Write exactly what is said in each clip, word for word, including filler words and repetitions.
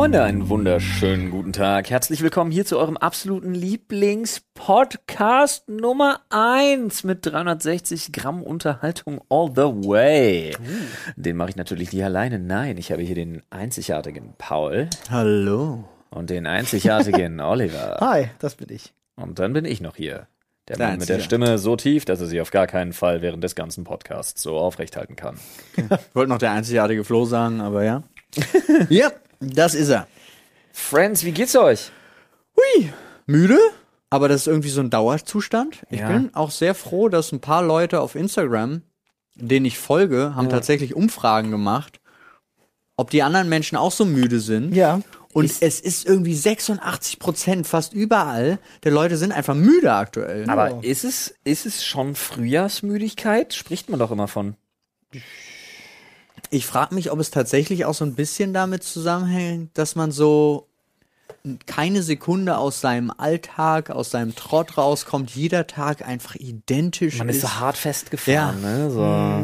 Freunde, einen wunderschönen guten Tag. Herzlich willkommen hier zu eurem absoluten Lieblingspodcast Nummer eins mit dreihundertsechzig Gramm Unterhaltung all the way. Uh. Den mache ich natürlich nicht alleine. Nein, ich habe hier den einzigartigen Paul. Hallo. Und den einzigartigen Oliver. Hi, das bin ich. Und dann bin ich noch hier. Der Der Mann mit der Einzige. Stimme so tief, dass er sie auf gar keinen Fall während des ganzen Podcasts so aufrecht halten kann. Ich wollte noch der einzigartige Flo sagen, aber ja. Ja, das ist er. Friends, wie geht's euch? Hui, müde, aber das ist irgendwie so ein Dauerzustand. Ich Ja. bin auch sehr froh, dass ein paar Leute auf Instagram, denen ich folge, haben Ja. tatsächlich Umfragen gemacht, ob die anderen Menschen auch so müde sind. Ja. Und es ist irgendwie sechsundachtzig Prozent fast überall der Leute sind einfach müde aktuell. Aber Oh. ist es, ist es schon Frühjahrsmüdigkeit? Spricht man doch immer von. Ich frage mich, ob es tatsächlich auch so ein bisschen damit zusammenhängt, dass man so keine Sekunde aus seinem Alltag, aus seinem Trott rauskommt, jeder Tag einfach identisch Man ist. ist so hart festgefahren, ne? So.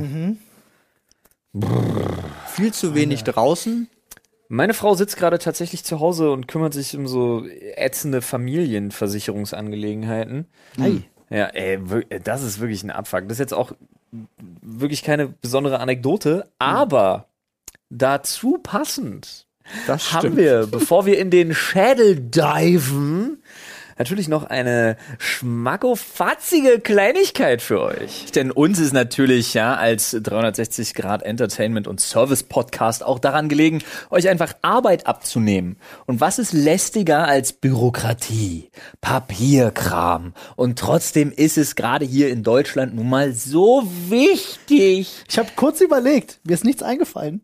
Viel zu wenig draußen. Meine Frau sitzt gerade tatsächlich zu Hause und kümmert sich um so ätzende Familienversicherungsangelegenheiten. Hi. Ja, ey, wir- das ist wirklich ein Abfuck. Das ist jetzt auch wirklich keine besondere Anekdote, aber dazu passend Das haben wir, bevor wir in den Schädel diven, natürlich noch eine schmackofatzige Kleinigkeit für euch. Denn uns ist natürlich ja als dreihundertsechzig Grad Entertainment und Service Podcast auch daran gelegen, euch einfach Arbeit abzunehmen. Und was ist lästiger als Bürokratie, Papierkram? Und trotzdem ist es gerade hier in Deutschland nun mal so wichtig. Ich habe kurz überlegt, mir ist nichts eingefallen.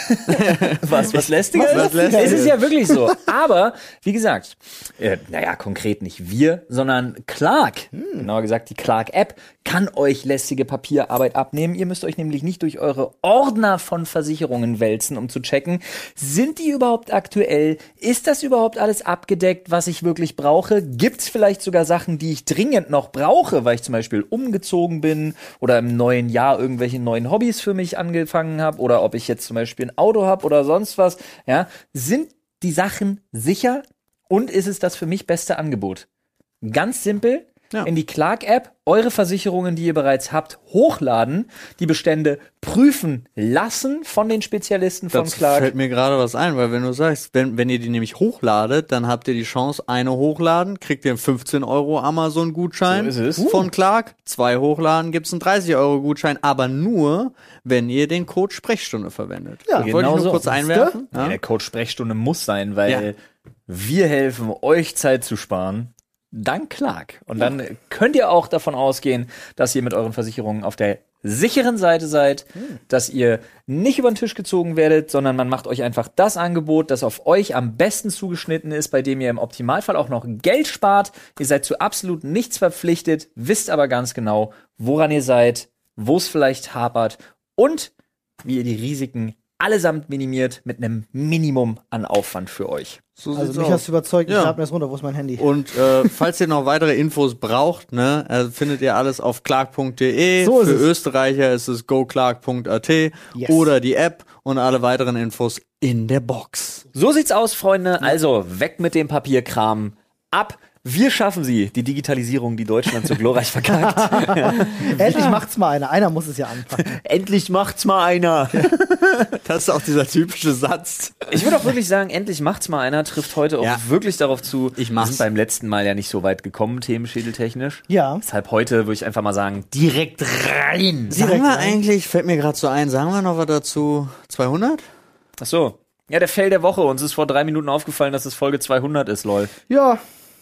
Was, was lästiger Was ist? lästiger Es ist ist. ja wirklich so. Aber, wie gesagt, äh, naja, konkret nicht wir, sondern Clark, genauer gesagt die Clark-App, kann euch lästige Papierarbeit abnehmen. Ihr müsst euch nämlich nicht durch eure Ordner von Versicherungen wälzen, um zu checken, sind die überhaupt aktuell? Ist das überhaupt alles abgedeckt, was ich wirklich brauche? Gibt es vielleicht sogar Sachen, die ich dringend noch brauche, weil ich zum Beispiel umgezogen bin oder im neuen Jahr irgendwelche neuen Hobbys für mich angefangen habe oder ob ich jetzt zum Beispiel ein Auto habe oder sonst was? Ja, sind die Sachen sicher und ist es das für mich beste Angebot? Ganz simpel, Ja. in die Clark-App eure Versicherungen, die ihr bereits habt, hochladen, die Bestände prüfen lassen von den Spezialisten von Dazu Clark. fällt mir gerade was ein, weil wenn du sagst, wenn, wenn ihr die nämlich hochladet, dann habt ihr die Chance, eine hochladen, kriegt ihr einen fünfzehn Euro Amazon-Gutschein So ist es. von Clark, zwei hochladen, gibt's einen dreißig Euro Gutschein, aber nur, wenn ihr den Code Sprechstunde verwendet. Ja, das wollte ich genau nur so. kurz Siehste? einwerfen. Ja, Ja. der Code Sprechstunde muss sein, weil Ja. wir helfen, euch Zeit zu sparen. Dank Clark. Und dann könnt ihr auch davon ausgehen, dass ihr mit euren Versicherungen auf der sicheren Seite seid, dass ihr nicht über den Tisch gezogen werdet, sondern man macht euch einfach das Angebot, das auf euch am besten zugeschnitten ist, bei dem ihr im Optimalfall auch noch Geld spart. Ihr seid zu absolut nichts verpflichtet, wisst aber ganz genau, woran ihr seid, wo es vielleicht hapert und wie ihr die Risiken allesamt minimiert mit einem Minimum an Aufwand für euch. So Also sieht's mich aus. hast du überzeugt, ich Ja. lade mir das runter, wo ist mein Handy? Und äh, falls ihr noch weitere Infos braucht, ne, äh, findet ihr alles auf clark punkt de. So ist Für es. Österreicher ist es go clark punkt a t Yes. oder die App und alle weiteren Infos in der Box. So sieht's aus, Freunde. Also weg mit dem Papierkram. Ab. Wir schaffen sie. Die Digitalisierung, die Deutschland so glorreich verkackt. Endlich macht's mal einer. Einer muss es ja anpacken. Endlich macht's mal einer. Das ist auch dieser typische Satz. Ich würde auch wirklich sagen, endlich macht's mal einer. Trifft heute auch Ja. wirklich darauf zu. Ich Wir mach's. sind beim letzten Mal ja nicht so weit gekommen, themenschädeltechnisch. Ja. Deshalb heute würde ich einfach mal sagen, direkt rein. Sagen Direkt wir rein. eigentlich, fällt mir gerade so ein, sagen wir noch was dazu, zweihundert? Ach so. Ja, der Fail der Woche. Uns ist vor drei Minuten aufgefallen, dass es Folge zweihundert ist, lol. Ja.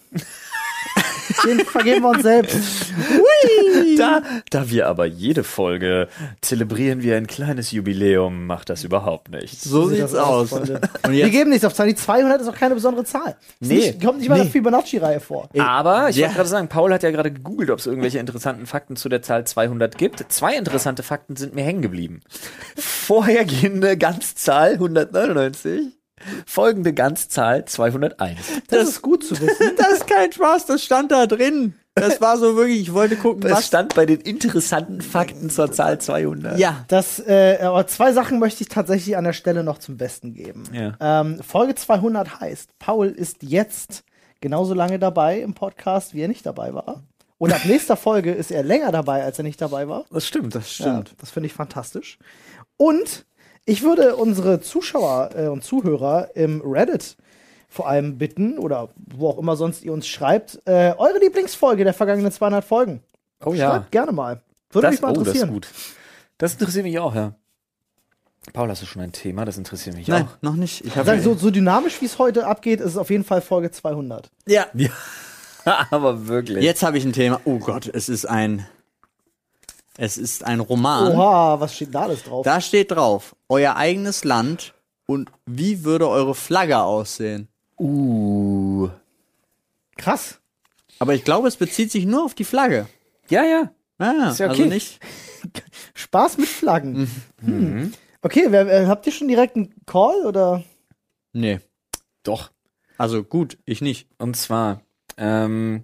Den vergeben wir uns selbst. Da, da wir aber jede Folge zelebrieren wir ein kleines Jubiläum, macht das überhaupt nichts. So sieht sieht's das aus, aus. Freunde. Und Wir jetzt, geben nichts auf Zahlen. Die zweihundert ist auch keine besondere Zahl. Ist Nee. Nicht, kommt nicht mal in Nee. der Fibonacci-Reihe vor. Aber ich Ja. wollte gerade sagen, Paul hat ja gerade gegoogelt, ob es irgendwelche interessanten Fakten zu der Zahl zweihundert gibt. Zwei interessante Fakten sind mir hängen geblieben. Vorhergehende Ganzzahl hundertneunundneunzig, folgende Ganzzahl zweihunderteins. Das ist gut zu wissen. das ist kein Spaß, das stand da drin. Das war so wirklich, ich wollte gucken, Das was... stand bei den interessanten Fakten zur Zahl zweihundert. Ja, Das, äh, aber zwei Sachen möchte ich tatsächlich an der Stelle noch zum Besten geben. Ja. Ähm, Folge zweihundert heißt, Paul ist jetzt genauso lange dabei im Podcast, wie er nicht dabei war. Und ab nächster Folge ist er länger dabei, als er nicht dabei war. Das stimmt. das Ja, stimmt. das finde ich fantastisch. Und ich würde unsere Zuschauer äh, und Zuhörer im Reddit vor allem bitten, oder wo auch immer sonst ihr uns schreibt, äh, eure Lieblingsfolge der vergangenen zweihundert Folgen. Oh ja. Schreibt gerne mal. Würde Das, mich mal oh, das ist interessieren. gut. Das interessiert mich auch, ja. Paul, hast du schon ein Thema? Das interessiert mich Nein, auch. noch nicht. Ich Sag ich, so, so dynamisch, wie es heute abgeht, ist es auf jeden Fall Folge zweihundert. Ja. Ja. Aber wirklich. Jetzt habe ich ein Thema. Oh Gott, es ist ein... Es ist ein Roman. Oha, was steht da alles drauf? Da steht drauf, euer eigenes Land und wie würde eure Flagge aussehen? Uh. Krass. Aber ich glaube, es bezieht sich nur auf die Flagge. Ja, ja. Ah, Ist ja also okay. nicht. Spaß mit Flaggen. Hm. Okay, wer, wer, habt ihr schon direkt einen Call oder? Nee. Doch. Also gut, ich nicht. Und zwar, ähm,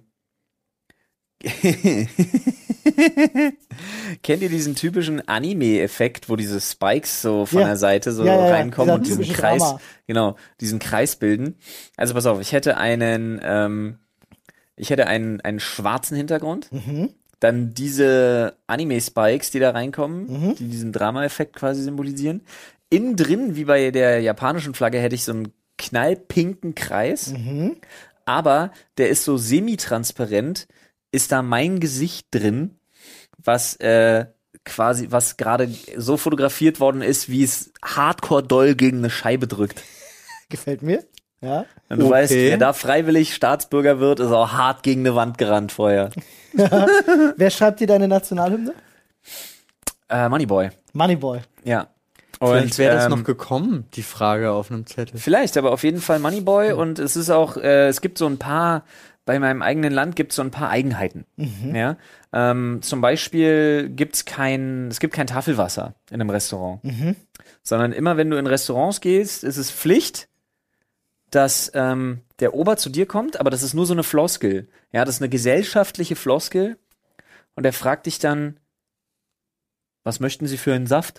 kennt ihr diesen typischen Anime-Effekt, wo diese Spikes so von Ja. der Seite so Ja, ja, ja. reinkommen Dieser und diesen typische Kreis, Drama. genau, diesen Kreis bilden? Also pass auf, ich hätte einen, ähm, ich hätte einen, einen schwarzen Hintergrund, Mhm. dann diese Anime-Spikes, die da reinkommen, die diesen Drama-Effekt quasi symbolisieren. Innen drin, wie bei der japanischen Flagge, hätte ich so einen knallpinken Kreis, Mhm. aber der ist so semi-transparent, ist da mein Gesicht drin, was äh, quasi, was gerade so fotografiert worden ist, wie es hardcore doll gegen eine Scheibe drückt. Gefällt mir. Ja. Und du Okay. weißt, wer da freiwillig Staatsbürger wird, ist auch hart gegen eine Wand gerannt vorher. Wer schreibt dir deine Nationalhymne? Äh, Moneyboy, Moneyboy. ja. Vielleicht wäre das ähm, noch gekommen, die Frage auf einem Zettel. Vielleicht, aber auf jeden Fall Moneyboy und es ist auch, äh, es gibt so ein paar, bei meinem eigenen Land gibt es so ein paar Eigenheiten. Ja? Ähm, zum Beispiel gibt's kein, es gibt kein Tafelwasser in einem Restaurant. Sondern immer wenn du in Restaurants gehst, ist es Pflicht, dass ähm, der Ober zu dir kommt, aber das ist nur so eine Floskel. Ja, das ist eine gesellschaftliche Floskel und er fragt dich dann, was möchten Sie für einen Saft?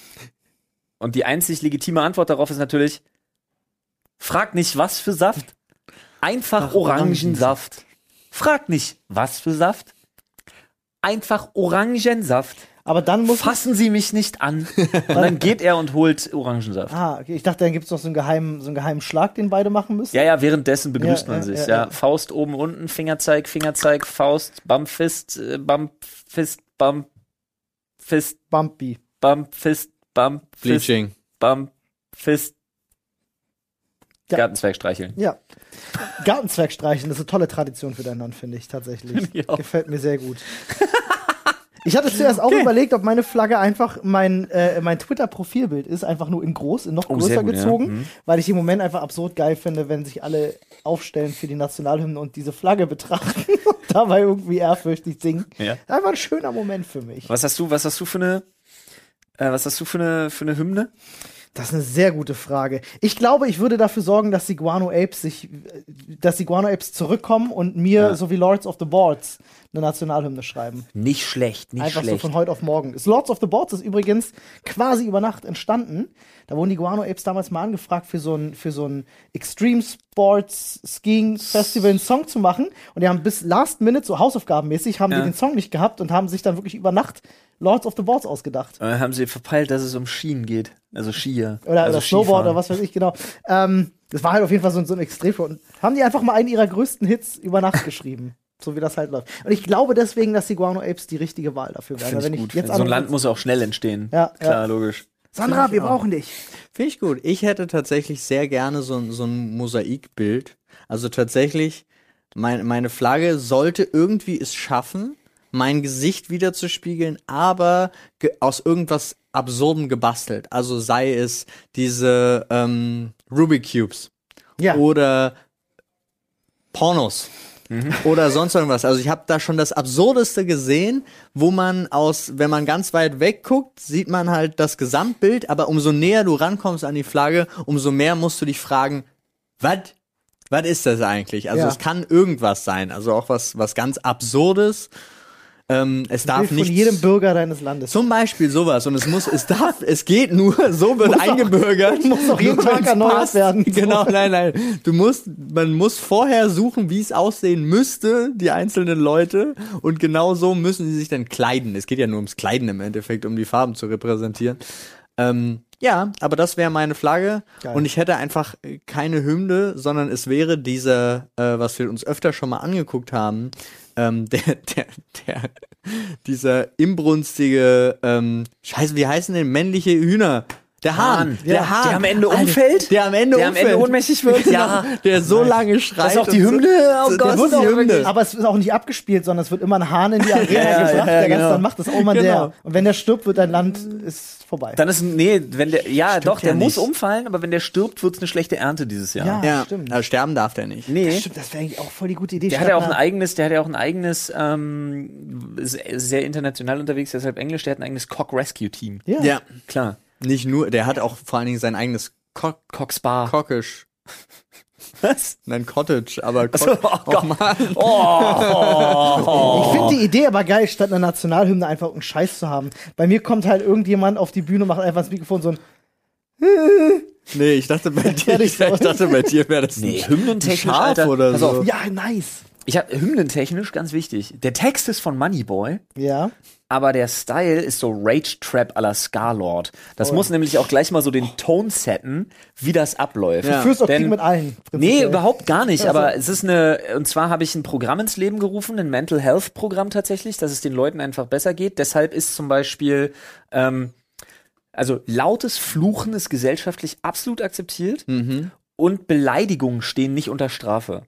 Und die einzig legitime Antwort darauf ist natürlich, frag nicht, was für Saft. Einfach Ach, Orangensaft. Frag nicht, was für Saft. Einfach Orangensaft. Aber dann muss Fassen Sie mich nicht an. Und dann geht er und holt Orangensaft. Ah, okay. Ich dachte, dann gibt es noch so einen geheimen, so einen geheimen Schlag, den beide machen müssen. Ja, ja, währenddessen begrüßt Ja, man ja, sich. ja, Ja, ja. Faust oben, unten, Fingerzeig, Fingerzeig, Faust, Bump, Fist, äh, Bump, Fist, Bump, Fist, Bumpy. Bump, Fist, Bump, Fist, Bleaching. Bump, Fist. Ja. Gartenzwerg streicheln. Ja. Gartenzwerg streichen, das ist eine tolle Tradition für dein Land, finde ich tatsächlich. ich auch. Gefällt mir sehr gut. Ich hatte zuerst auch überlegt, ob meine Flagge einfach mein, äh, mein Twitter-Profilbild ist, einfach nur in groß, in noch Oh, größer sehr gut, ja. gezogen, Mhm. weil ich im Moment einfach absurd geil finde, wenn sich alle aufstellen für die Nationalhymne und diese Flagge betrachten und dabei irgendwie ehrfürchtig singen. Ja. Einfach ein schöner Moment für mich. Was hast du, was hast du für eine, äh, was hast du für eine, für eine Hymne? Das ist eine sehr gute Frage. Ich glaube, ich würde dafür sorgen, dass die Guano Apes sich, dass die Guano Apes zurückkommen und mir, Ja. so wie Lords of the Boards, eine Nationalhymne schreiben. Nicht schlecht, nicht Einfach schlecht. so von heute auf morgen. Das Lords of the Boards ist übrigens quasi über Nacht entstanden. Da wurden die Guano Apes damals mal angefragt, für so ein, für so ein Extreme Sports Skiing Festival einen Song zu machen. Und die haben bis Last Minute, so hausaufgabenmäßig, haben Ja. die den Song nicht gehabt und haben sich dann wirklich über Nacht Lords of the Boards ausgedacht. Und dann haben sie verpeilt, dass es um Schienen geht. Also Skier. Oder, also oder Snowboard Skifahren. oder was weiß ich, genau. Ähm, das war halt auf jeden Fall so, ein- so ein Extremsport. Und haben die einfach mal einen ihrer größten Hits über Nacht geschrieben. So wie das halt läuft. Und ich glaube deswegen, dass die Guano Apes die richtige Wahl dafür wären. Find Wenn ich ich gut. jetzt So ein anrufe- Land muss auch schnell entstehen. Ja, Klar, ja. logisch. Sandra, Find ich wir auch. brauchen dich. Finde ich gut. Ich hätte tatsächlich sehr gerne so, ein- so ein Mosaikbild. Also tatsächlich, mein, meine Flagge sollte irgendwie es schaffen, mein Gesicht wiederzuspiegeln, aber ge aus irgendwas Absurdem gebastelt. Also sei es diese ähm, Rubik Cubes Ja. oder Pornos. Oder sonst irgendwas. Also ich habe da schon das Absurdeste gesehen, wo man aus, wenn man ganz weit weg guckt, sieht man halt das Gesamtbild, aber umso näher du rankommst an die Flagge, umso mehr musst du dich fragen, was? Was ist das eigentlich? Also Ja. es kann irgendwas sein, also auch was, was ganz Absurdes. Ähm, es darf Bild von nicht jedem Bürger deines Landes. zum Beispiel sowas und es muss, es darf, es geht nur, so wird Muss auch- eingebürgert. muss auch jeden Nur Tag wenn's erneuert passt. werden. So. Genau, nein, nein. Du musst, man muss vorher suchen, wie es aussehen müsste, die einzelnen Leute, und genau so müssen sie sich dann kleiden. Es geht ja nur ums Kleiden im Endeffekt, um die Farben zu repräsentieren. Ähm, ja, aber das wäre meine Flagge. Geil. Und ich hätte einfach keine Hymne, sondern es wäre dieser, äh, was wir uns öfter schon mal angeguckt haben, ähm, der, der, der, dieser inbrünstige, ähm, scheiße, wie heißen denn männliche Hühner? Der Hahn, Hahn. der Ja, Hahn. der am Ende Alter, umfällt? Der am Ende Der am umfällt. Ende ohnmächtig wird? Genau, Ja. der so lange schreit. Das ist auch die und so. Hymne? Oh Das Gott, ist das die ist auch Hymne. Aber es ist auch nicht abgespielt, sondern es wird immer ein Hahn in die Arena Ja, gebracht, ja, der genau. ganz dann macht das. Oh man, Genau. der. Und wenn der stirbt, wird dein Land ist vorbei. Dann ist, nee, wenn der, ja Stimmt doch, der ja muss nicht. umfallen, aber wenn der stirbt, wird's eine schlechte Ernte dieses Jahr. Ja. Ja, Stimmt. aber sterben darf der nicht. Nee. Stimmt, das wäre eigentlich auch voll die gute Idee. Der hat Statt ja auch ein einer- eigenes, der hat ja auch ein eigenes, ähm, ist sehr international unterwegs, deshalb Englisch, der hat ein eigenes Cock Rescue Team. Ja. Ja, Klar. nicht nur, der hat auch vor allen Dingen sein eigenes Cock, Cock Spa. Cockish. Was? Nein, Cottage, aber So, Cock, oh oh Gott. Mann. Oh. Ich finde die Idee aber geil, statt einer Nationalhymne einfach einen Scheiß zu haben. Bei mir kommt halt irgendjemand auf die Bühne, macht einfach das Mikrofon so ein Nee, ich dachte bei dir, Ja, ich, nicht so. dachte bei dir wäre das Nee, ein hymnentechnisch, Schaf Alter. oder Pass so. auf, ja, nice. ich hab hymnentechnisch ganz wichtig. Der Text ist von Moneyboy, Ja. aber der Style ist so Rage Trap à la Scarlord. Das Oh. muss nämlich auch gleich mal so den Ton setten, wie das abläuft. Ja. Du führst auch Denn- Krieg mit allen. Nee, prinzipiell. überhaupt gar nicht. Ja, so. Aber es ist eine, und zwar habe ich ein Programm ins Leben gerufen, ein Mental Health Programm tatsächlich, dass es den Leuten einfach besser geht. Deshalb ist zum Beispiel, ähm, also lautes Fluchen ist gesellschaftlich absolut akzeptiert Mhm. und Beleidigungen stehen nicht unter Strafe.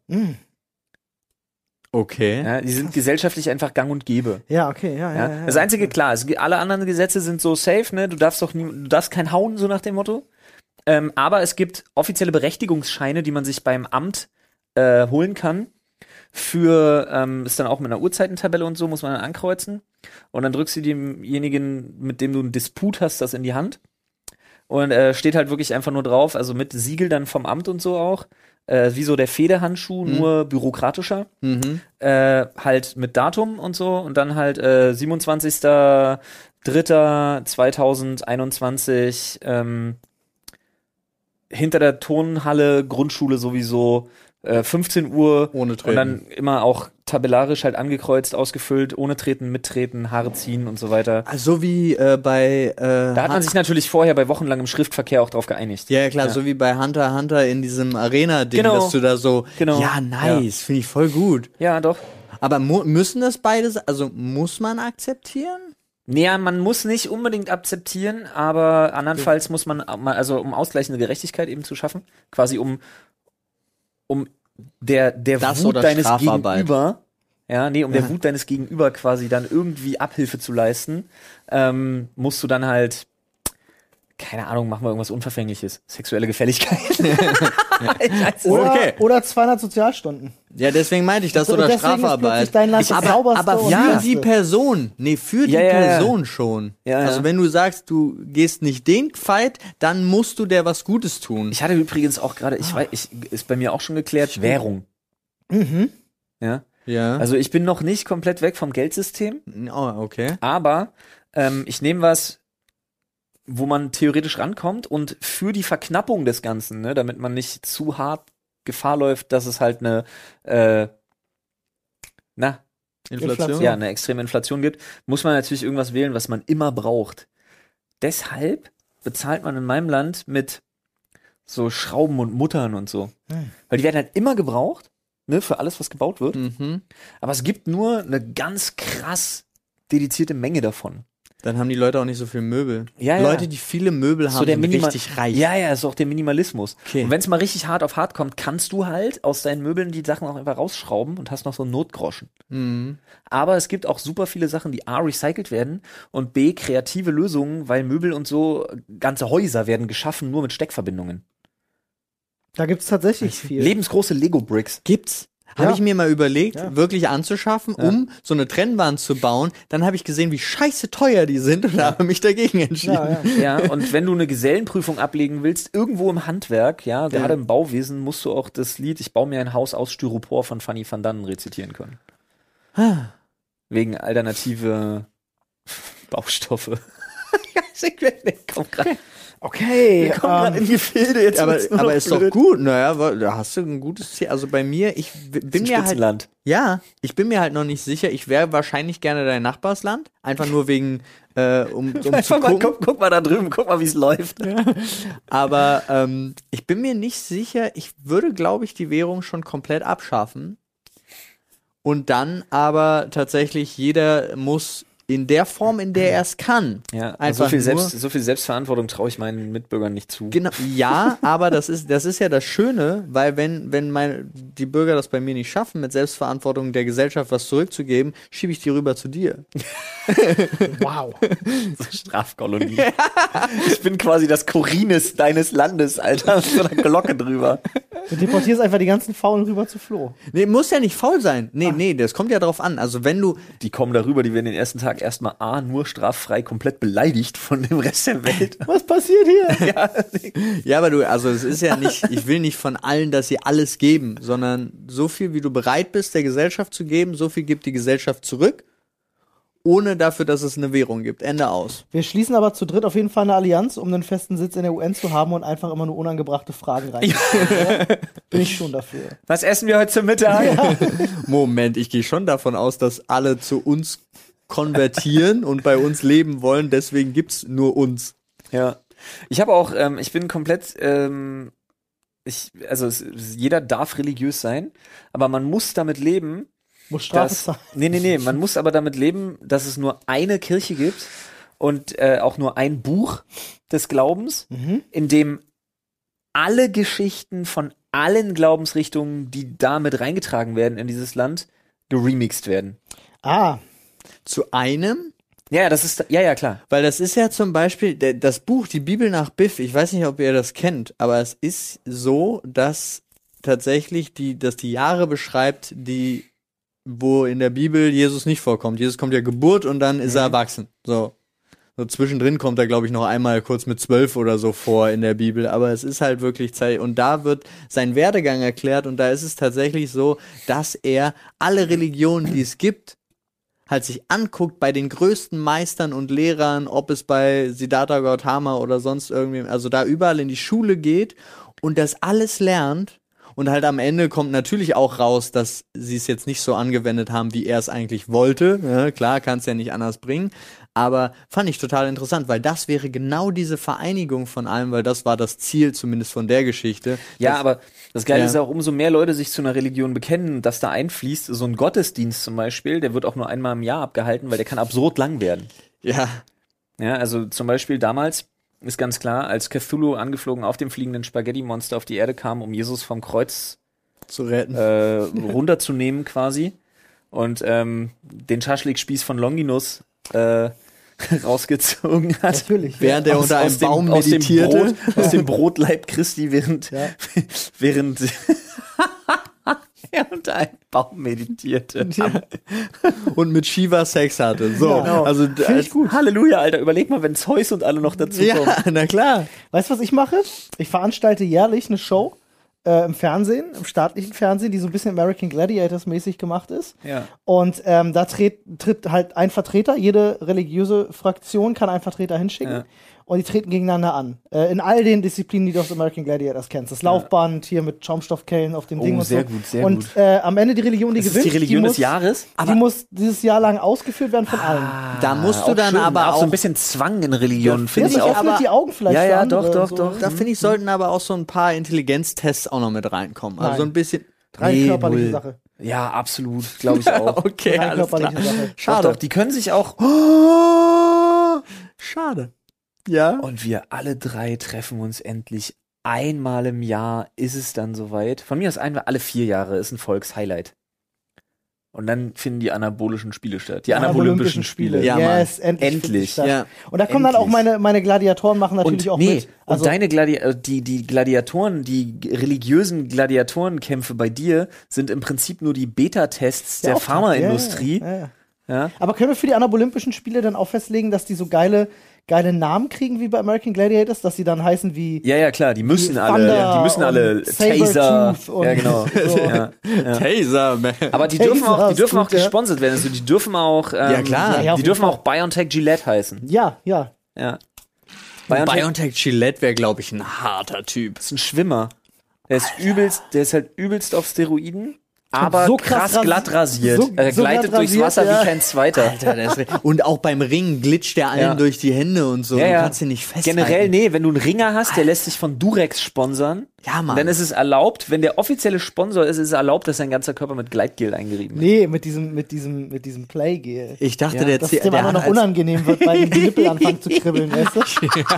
Okay. Ja, die sind gesellschaftlich einfach gang und gäbe. Ja, okay, ja, ja. Ja? ja, ja. Das einzige, klar, es, alle anderen Gesetze sind so safe, ne? Du darfst doch nie, du darfst kein hauen, so nach dem Motto. Ähm, aber es gibt offizielle Berechtigungsscheine, die man sich beim Amt äh, holen kann. Für, ähm, ist dann auch mit einer Uhrzeitentabelle und so, muss man dann ankreuzen. Und dann drückst du demjenigen, mit dem du einen Disput hast, das in die Hand. Und äh, steht halt wirklich einfach nur drauf, also mit Siegel dann vom Amt und so auch. Äh, wie so der Federhandschuh, nur bürokratischer. Mhm. Äh, halt mit Datum und so und dann halt äh, siebenundzwanzigster dritter zweitausendeinundzwanzig ähm, hinter der Turnhalle Grundschule sowieso äh, fünfzehn Uhr Ohne Treten. und dann immer auch tabellarisch halt angekreuzt, ausgefüllt, ohne Treten, mittreten, Haare ziehen und so weiter. Also so wie äh, bei äh, Da hat man sich natürlich vorher bei wochenlangem Schriftverkehr auch drauf geeinigt. ja, ja, klar, Ja. so wie bei Hunter x Hunter in diesem Arena-Ding, Genau. dass du da so, Genau. ja, nice, finde ich voll gut. Ja, doch. Aber mu müssen das beides, also muss man akzeptieren? Naja, man muss nicht unbedingt akzeptieren, aber andernfalls muss man, also um ausgleichende Gerechtigkeit eben zu schaffen, quasi um, um der, der Das Wut oder deines Strafarbeit. Gegenüber, ja, nee, um Ja. der Wut deines Gegenüber quasi dann irgendwie Abhilfe zu leisten, ähm, musst du dann halt, keine Ahnung, machen wir irgendwas Unverfängliches. Sexuelle Gefälligkeit. Ich weiß es Oder, Okay. oder zweihundert Sozialstunden. Ja, deswegen meinte ich das So, oder deswegen ist Strafarbeit. plötzlich dein Land Ich, das aber sauberste aber und für beste. die Person, nee, für die Ja, ja, ja. Person schon. Ja, ja. Also wenn du sagst, du gehst nicht den Fight, dann musst du der was Gutes tun. Ich hatte übrigens auch gerade, ich weiß, ich, ist bei mir auch schon geklärt, Währung. Mhm. Ja. Ja. Also ich bin noch nicht komplett weg vom Geldsystem. oh, okay. Aber ähm, ich nehme was, wo man theoretisch rankommt und für die Verknappung des Ganzen, ne, damit man nicht zu hart Gefahr läuft, dass es halt eine, äh, na, Inflation. ja, eine extreme Inflation gibt, muss man natürlich irgendwas wählen, was man immer braucht. Deshalb bezahlt man in meinem Land mit so Schrauben und Muttern und so. Hm. Weil die werden halt immer gebraucht, ne, für alles, was gebaut wird. Mhm. Aber es gibt nur eine ganz krass dedizierte Menge davon. Dann haben die Leute auch nicht so viel Möbel. Ja, ja. Leute, die viele Möbel haben, So der sind Minima- richtig reich. Ja, ja, ist auch der Minimalismus. Okay. Und wenn es mal richtig hart auf hart kommt, kannst du halt aus deinen Möbeln die Sachen auch einfach rausschrauben und hast noch so einen Notgroschen. Mhm. Aber es gibt auch super viele Sachen, die A, recycelt werden und B, kreative Lösungen, weil Möbel und so, ganze Häuser werden geschaffen nur mit Steckverbindungen. Da gibt's tatsächlich viel. Lebensgroße Lego-Bricks. Gibt's? Habe Ja. ich mir mal überlegt, Ja. wirklich anzuschaffen, um so eine Trennwand zu bauen. Dann habe ich gesehen, wie scheiße teuer die sind und habe mich dagegen entschieden. Ja, ja. Ja, und wenn du eine Gesellenprüfung ablegen willst, irgendwo im Handwerk, ja, gerade im Bauwesen, musst du auch das Lied Ich baue mir ein Haus aus Styropor von Fanny van Dannen rezitieren können. Wegen alternative Baustoffe. Komm grad, Okay, komm grad ähm, in Gefilde jetzt. Aber, wird's nur aber noch ist doch blöd. gut. Naja, wa- da hast du ein gutes Ziel. Also bei mir, ich w- bin mir halt, Spitzenland. ja, ich bin mir halt noch nicht sicher. Ich wäre wahrscheinlich gerne dein Nachbarsland. Einfach nur wegen, äh, um, um zu Einfach mal, gucken. guck, guck mal da drüben, guck mal, wie es läuft. Aber ähm, ich bin mir nicht sicher. Ich würde, glaube ich, die Währung schon komplett abschaffen. Und dann aber tatsächlich jeder muss in der Form, in der er es kann. Ja, Einfach so viel, nur- Selbst, so viel Selbstverantwortung traue ich meinen Mitbürgern nicht zu. Genau, ja, aber das ist, das ist ja das Schöne, weil wenn, wenn meine, die Bürger das bei mir nicht schaffen, mit Selbstverantwortung der Gesellschaft was zurückzugeben, schiebe ich die rüber zu dir. wow. Strafkolonie. Ich bin quasi das Korines deines Landes, Alter, mit so einer Glocke drüber. Du deportierst einfach die ganzen Faulen rüber zu Flo. Nee, muss ja nicht faul sein. Nee, nee, das kommt ja drauf an. Also wenn du, Die kommen darüber, die werden den ersten Tag erstmal A, nur straffrei, komplett beleidigt von dem Rest der Welt. Was passiert hier? ja, aber du, also es ist ja nicht, ich will nicht von allen, dass sie alles geben, sondern so viel, wie du bereit bist, der Gesellschaft zu geben, so viel gibt die Gesellschaft zurück, ohne dafür, dass es eine Währung gibt. Ende aus. Wir schließen aber zu dritt auf jeden Fall eine Allianz, um einen festen Sitz in der U N zu haben und einfach immer nur unangebrachte Fragen rein. Bin ich schon dafür. Was essen wir heute zum Mittag? Moment, ich gehe schon davon aus, dass alle zu uns konvertieren und bei uns leben wollen, deswegen gibt's nur uns. Ja. Ich habe auch, ähm, ich bin komplett, ähm, ich, also es, jeder darf religiös sein, aber man muss damit leben, Muss Strafe dass, zahlen. nee, nee, nee, man muss aber damit leben, dass es nur eine Kirche gibt und äh, auch nur ein Buch des Glaubens, Mhm. in dem alle Geschichten von allen Glaubensrichtungen, die da mit reingetragen werden in dieses Land, geremixed werden. Ah, Zu einem, Ja, das ist, ja, ja, klar. weil das ist ja zum Beispiel der, das Buch, die Bibel nach Biff, ich weiß nicht, ob ihr das kennt, aber es ist so, dass tatsächlich die, dass die Jahre beschreibt, die, wo in der Bibel Jesus nicht vorkommt. Jesus kommt ja Geburt und dann ist er erwachsen. So. So zwischendrin kommt er, glaube ich, noch einmal kurz mit zwölf oder so vor in der Bibel, aber es ist halt wirklich Zeit, und da wird sein Werdegang erklärt, und da ist es tatsächlich so, dass er alle Religionen, die es gibt, halt sich anguckt bei den größten Meistern und Lehrern, ob es bei Siddhartha Gautama oder sonst irgendwie, also da überall in die Schule geht und das alles lernt. Und halt am Ende kommt natürlich auch raus, dass sie es jetzt nicht so angewendet haben, wie er es eigentlich wollte. Ja, klar, kann es ja nicht anders bringen. Aber fand ich total interessant, weil das wäre genau diese Vereinigung von allem, weil das war das Ziel zumindest von der Geschichte. Ja, aber das Geile Ja. ist auch, umso mehr Leute sich zu einer Religion bekennen, dass da einfließt, so ein Gottesdienst zum Beispiel, der wird auch nur einmal im Jahr abgehalten, weil der kann absurd lang werden. Ja, Ja, also zum Beispiel damals ist ganz klar, als Cthulhu angeflogen auf dem fliegenden Spaghetti-Monster auf die Erde kam, um Jesus vom Kreuz zu retten. äh, runterzunehmen quasi und ähm, den Schaschlik-Spieß von Longinus äh, rausgezogen hat. natürlich. Während er Aus- unter einem aus dem- Baum aus dem meditierte. Brot, aus dem Brotleib Christi, während, Ja. während er unter einem Baum meditierte. Und mit Shiva Sex hatte. So, Ja, genau. also Finde ich gut. Halleluja, Alter. Überleg mal, wenn Zeus und alle noch dazu kommen. ja, na klar. Weißt du, was ich mache? Ich veranstalte jährlich eine Show äh, im Fernsehen, im staatlichen Fernsehen, die so ein bisschen American Gladiators mäßig gemacht ist. Ja. Und ähm, da tritt, tritt halt ein Vertreter, jede religiöse Fraktion kann einen Vertreter hinschicken. Ja. Und die treten gegeneinander an. Äh, in all den Disziplinen, die du aus American Gladiators kennst. Das Laufband hier mit Schaumstoffkellen auf dem Oh, Ding und sehr so. gut, sehr und gut. äh, am Ende die Religion, die Das ist gewinnt, die Religion die des muss, Jahres. die muss dieses Jahr lang ausgeführt werden von allen. Da musst du Auch dann schön, aber auch so auch, ein bisschen Zwang in Religion, Ja, finde sich ich auch. öffnet aber- die Augen vielleicht Ja, für ja, andere doch, doch, und so. doch. da finde ich, sollten aber auch so ein paar Intelligenztests auch noch mit reinkommen. Also Nein. so ein bisschen. Rein Nee, körperliche null. Sache. Ja, absolut, glaube ich auch. Okay, Rein alles klar. körperliche Sache. Schade. Doch, doch, die können sich auch. Oh, schade. Ja. Und wir alle drei treffen uns endlich einmal im Jahr. Ist es dann soweit? Von mir aus einmal alle vier Jahre ist ein Volkshighlight. Und dann finden die anabolischen Spiele statt. Die Anabolympischen anabolympischen Spiele. Ja, yes, endlich. Endlich. findet statt. Ja. Und da kommen dann auch Endlich. meine, meine Gladiatoren machen natürlich Und, auch nee, mit. Also, und deine Gladi äh, die, die Gladiatoren, die religiösen Gladiatorenkämpfe bei dir sind im Prinzip nur die Beta-Tests der Auftakt. Pharmaindustrie. Ja, ja, ja. Ja. Aber können wir für die Anabolympischen Spiele dann auch festlegen, dass die so geile, geile Namen kriegen wie bei American Gladiators, dass sie dann heißen wie Ja, ja, klar, die müssen Wie alle, Thunder die müssen alle und Taser. Sabertooth und Ja, genau. so. Ja. Taser, man. Aber die Taser dürfen auch, die ist dürfen gut, auch ja. gesponsert werden. Also die dürfen auch, ähm, Ja, klar. Ja, ja, auf die jeden dürfen Fall. auch BioNTech Gillette heißen. Ja, ja. Ja. BioNTech, BioNTech Gillette wäre, glaube ich, ein harter Typ. ist ein Schwimmer. Der ist übelst, der ist halt übelst auf Steroiden, aber so krass, krass rasi- glatt rasiert. so- er so gleitet glatt durchs rasiert, Wasser ja. wie kein zweiter. Alter, der ist, und auch beim Ringen glitscht der allen Ja. durch die Hände und so. Ja, Du ja. kannst ihn nicht festhalten. Generell, nee, wenn du einen Ringer hast, der lässt sich von Durex sponsern. Ja, Mann. Dann ist es erlaubt, wenn der offizielle Sponsor ist, ist es erlaubt, dass sein ganzer Körper mit Gleitgel eingerieben wird. Nee, mit diesem, mit diesem, mit diesem Playgel. Ich dachte, Ja, der, Dass der, dem der anderen hat noch als, unangenehm wird, weil ihm die Nippel anfangen zu kribbeln, weißt du?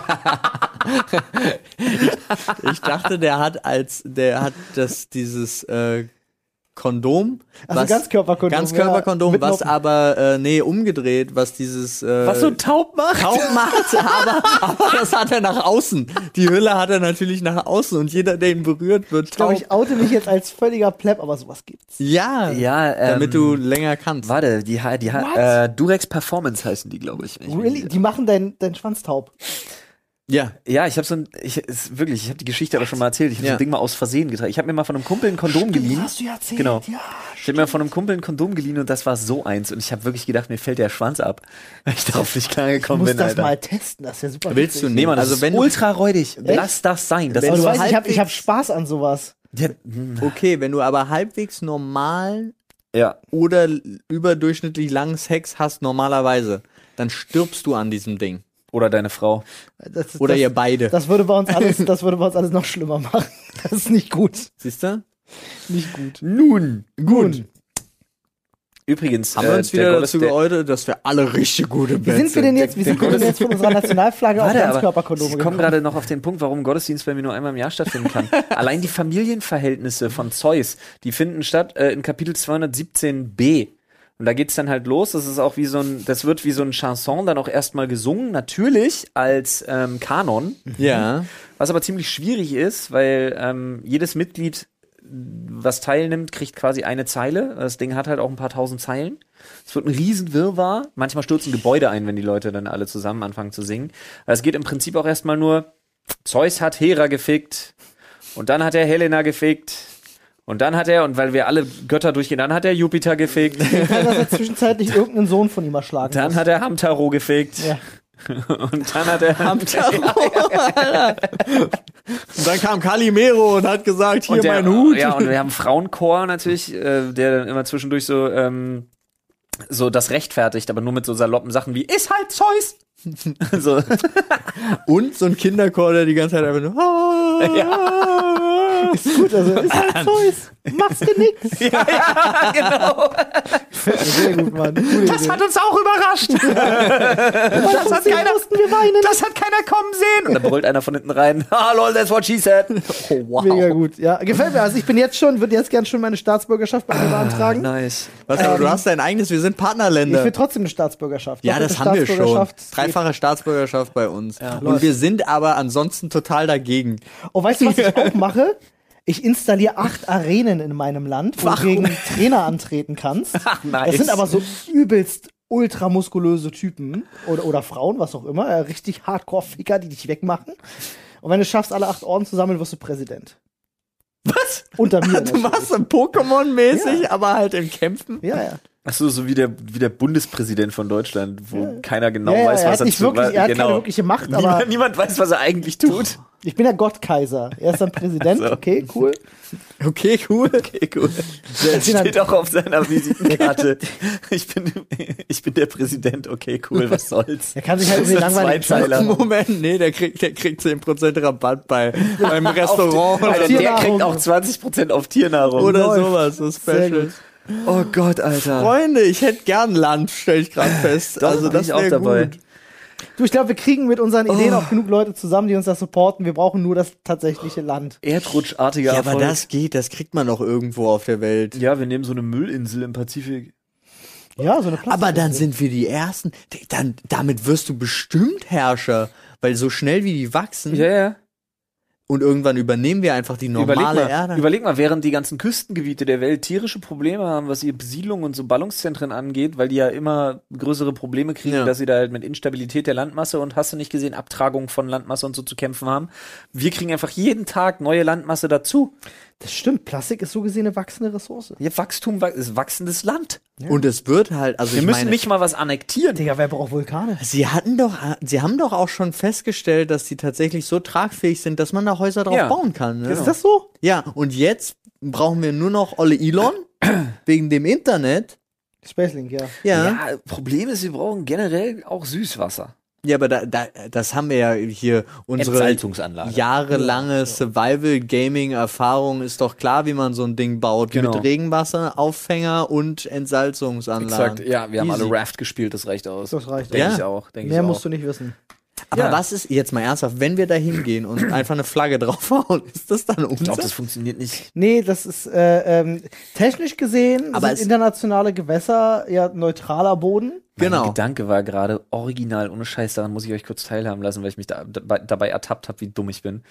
ich dachte, der hat als, der hat das, dieses, äh, Kondom. Also Ganzkörperkondom, Ganzkörperkondom, ja, mit was Noppen. aber, äh, nee, umgedreht, was dieses, äh, Was so taub macht? kaum macht, aber, aber das hat er nach außen. Die Hülle hat er natürlich nach außen und jeder, der ihn berührt, wird Ich glaube, taub. ich oute mich jetzt als völliger Pleb, aber sowas gibt's. Ja, Ja, ähm, damit du länger kannst. Warte, die, ha- die What? ha- äh, Durex Performance heißen die, glaube ich. wenn ich mich Really? nicht- Die machen deinen dein Schwanz taub. Ja. Ja, ich habe so ein, ich, ist wirklich, ich habe die Geschichte aber schon mal erzählt. Ich habe Ja. so ein Ding mal aus Versehen getragen. Ich habe mir mal von einem Kumpel ein Kondom geliehen. Hast du ja erzählt. Genau. Ja, Ich habe mir von einem Kumpel ein Kondom geliehen und das war so eins. Und ich habe wirklich gedacht, mir fällt der Schwanz ab, weil ich darauf nicht klar du gekommen musst bin, das Alter. mal testen, das ist ja super Willst witzig. du Nee, Mann, das Also ist wenn du- ultra räudig. Lass das sein. Das Wenn Aber ist du du weißt, ich habe ich hab halbwegs- Spaß an sowas. ja, hm, Okay, wenn du aber halbwegs normal ja. oder überdurchschnittlich langen Sex hast, normalerweise, dann stirbst du an diesem Ding. Oder deine Frau. Das, Oder das, ihr beide. Das würde bei uns alles, das würde bei uns alles noch schlimmer machen. Das ist nicht gut. Siehst du? Nicht gut. Nun. Gut. Übrigens, Haben wir äh, uns der wieder Gottes- dazu der- geäußert, dass wir alle richtig gute Wie Bands sind wir denn jetzt, wie sind wir denn jetzt von unserer Nationalflagge auf Warte, aber Ganzkörperkondome ich komme gekommen? gerade noch auf den Punkt, warum Gottesdienst bei mir nur einmal im Jahr stattfinden kann. Allein die Familienverhältnisse von Zeus, die finden statt äh, in Kapitel zweihundertsiebzehn b. Und da geht's dann halt los. Das ist auch wie so ein, das wird wie so ein Chanson dann auch erstmal gesungen, natürlich als ähm, Kanon. Ja. Was aber ziemlich schwierig ist, weil ähm, jedes Mitglied, was teilnimmt, kriegt quasi eine Zeile. Das Ding hat halt auch ein paar tausend Zeilen. Es wird ein Riesenwirrwarr. Manchmal stürzen Gebäude ein, wenn die Leute dann alle zusammen anfangen zu singen. Aber es geht im Prinzip auch erstmal nur, Zeus hat Hera gefickt und dann hat er Helena gefickt und dann hat er, und weil wir alle Götter durchgehen, dann hat er Jupiter gefickt, Kann, dass er zwischenzeitlich irgendeinen Sohn von ihm erschlagen dann muss. hat er Hamtaro gefickt Ja. und dann hat er Und dann kam Calimero und hat gesagt, hier und der, mein Hut. Ja, und wir haben Frauenchor natürlich, äh, der dann immer zwischendurch so, ähm, so das rechtfertigt, aber nur mit so saloppen Sachen wie, ist halt Zeus! so. Und so ein Kinderchor, der die ganze Zeit einfach nur Ist gut, also ist halt Zeus. Machst du nix. ja, ja, genau. Sehr gut, Mann. Coole Das Idee. hat uns auch überrascht. das hat keiner- mussten wir weinen. Das hat keiner kommen sehen. Und dann brüllt einer von hinten rein, ah, lol, that's what she said. oh, wow. Mega gut. Ja, gefällt mir. Also ich bin jetzt schon, würde jetzt gern schon meine Staatsbürgerschaft bei mir beantragen. Nice. Was, aber du hast dein eigenes, wir sind Ich Partnerländer. will trotzdem eine Staatsbürgerschaft. Ja, Doppelte das haben wir schon. Staatsbürgerschaft. Dreifache Staatsbürgerschaft bei uns. Und läuft. wir sind aber ansonsten total dagegen. Oh, weißt du, was ich auch mache? Ich installiere acht Arenen in meinem Land, wo du gegen Trainer antreten kannst. Ach, nice. Das sind aber so übelst ultramuskulöse Typen oder, oder Frauen, was auch immer. Äh, richtig Hardcore-Ficker, die dich wegmachen. Und wenn du es schaffst, alle acht Orden zu sammeln, wirst du Präsident. Was? Unter mir. Du natürlich. machst so Pokémon-mäßig, Ja. aber halt im Kämpfen. Ja, ja. Ach so, so wie der, wie der Bundespräsident von Deutschland, wo keiner genau ja, ja, weiß, er was hat nicht zu- wirklich, er hat genau. keine wirkliche Macht, aber Niemand, niemand weiß, was er eigentlich tut. ich bin der Gottkaiser. Er ist dann Präsident, Ach so. okay, cool. Okay, cool. Okay, cool. Das steht auch auf seiner Visitenkarte. Ich bin, ich bin der Präsident, okay, cool, was soll's. Er kann sich halt Das irgendwie ist ein langweilig Zweizeiler. Moment, nee, der kriegt, der kriegt zehn Prozent Rabatt bei, beim Restaurant Alter, oder, der Tiernahrung. kriegt auch zwanzig Prozent auf Tiernahrung. oder läuft. sowas, so Sehr Special. gut. Oh Gott, Alter. Freunde, ich hätte gern Land, stell ich gerade fest. Doch, also bin das ich auch wäre dabei. gut. Du, ich glaube, wir kriegen mit unseren Ideen auch genug Leute zusammen, die uns das supporten. Wir brauchen nur das tatsächliche Land. Erdrutschartiger Ja, Erfolg. aber das geht, das kriegt man doch irgendwo auf der Welt. Ja, wir nehmen so eine Müllinsel im Pazifik. Ja, so eine Plastik. Aber dann sind wir die Ersten. Dann, damit wirst du bestimmt Herrscher, weil so schnell wie die wachsen Ja, ja. und irgendwann übernehmen wir einfach die Überleg normale mal, Erde. überleg mal, während die ganzen Küstengebiete der Welt tierische Probleme haben, was ihre Besiedlung und so Ballungszentren angeht, weil die ja immer größere Probleme kriegen, Ja. dass sie da halt mit Instabilität der Landmasse und hast du nicht gesehen, Abtragung von Landmasse und so zu kämpfen haben. Wir kriegen einfach jeden Tag neue Landmasse dazu. Das stimmt, Plastik ist so gesehen eine wachsende Ressource. Ja, Wachstum wa- ist wachsendes Land. Und es wird halt, also Wir ich müssen meine, nicht mal was annektieren. Digga, wer braucht Vulkane? sie hatten doch, sie haben doch auch schon festgestellt, dass die tatsächlich so tragfähig sind, dass man da Häuser drauf Ja. bauen kann. Ne? Ist das so? Ja, und jetzt brauchen wir nur noch Olle Elon wegen dem Internet. Spacelink, ja. Ja. Ja, Problem ist, wir brauchen generell auch Süßwasser. Ja, aber da, da, das haben wir ja hier unsere Entsalzungsanlage. jahrelange Survival-Gaming-Erfahrung ist doch klar, wie man so ein Ding baut. Genau. Mit Regenwasseraufhänger und Entsalzungsanlagen. Exakt, ja, wir haben Easy. alle Raft gespielt, das reicht aus. Das reicht. Denke Ja. ich auch. Denk Mehr ich musst auch. du nicht wissen. Aber Ja. was ist, jetzt mal ernsthaft, wenn wir da hingehen und einfach eine Flagge draufhauen, ist das dann Ich glaube, unser? das funktioniert nicht. Nee, das ist äh, ähm, technisch gesehen Aber sind es- internationale Gewässer ja neutraler Boden. Mein Genau. Gedanke war gerade original, ohne Scheiß, daran muss ich euch kurz teilhaben lassen, weil ich mich da, dabei, dabei ertappt habe, wie dumm ich bin.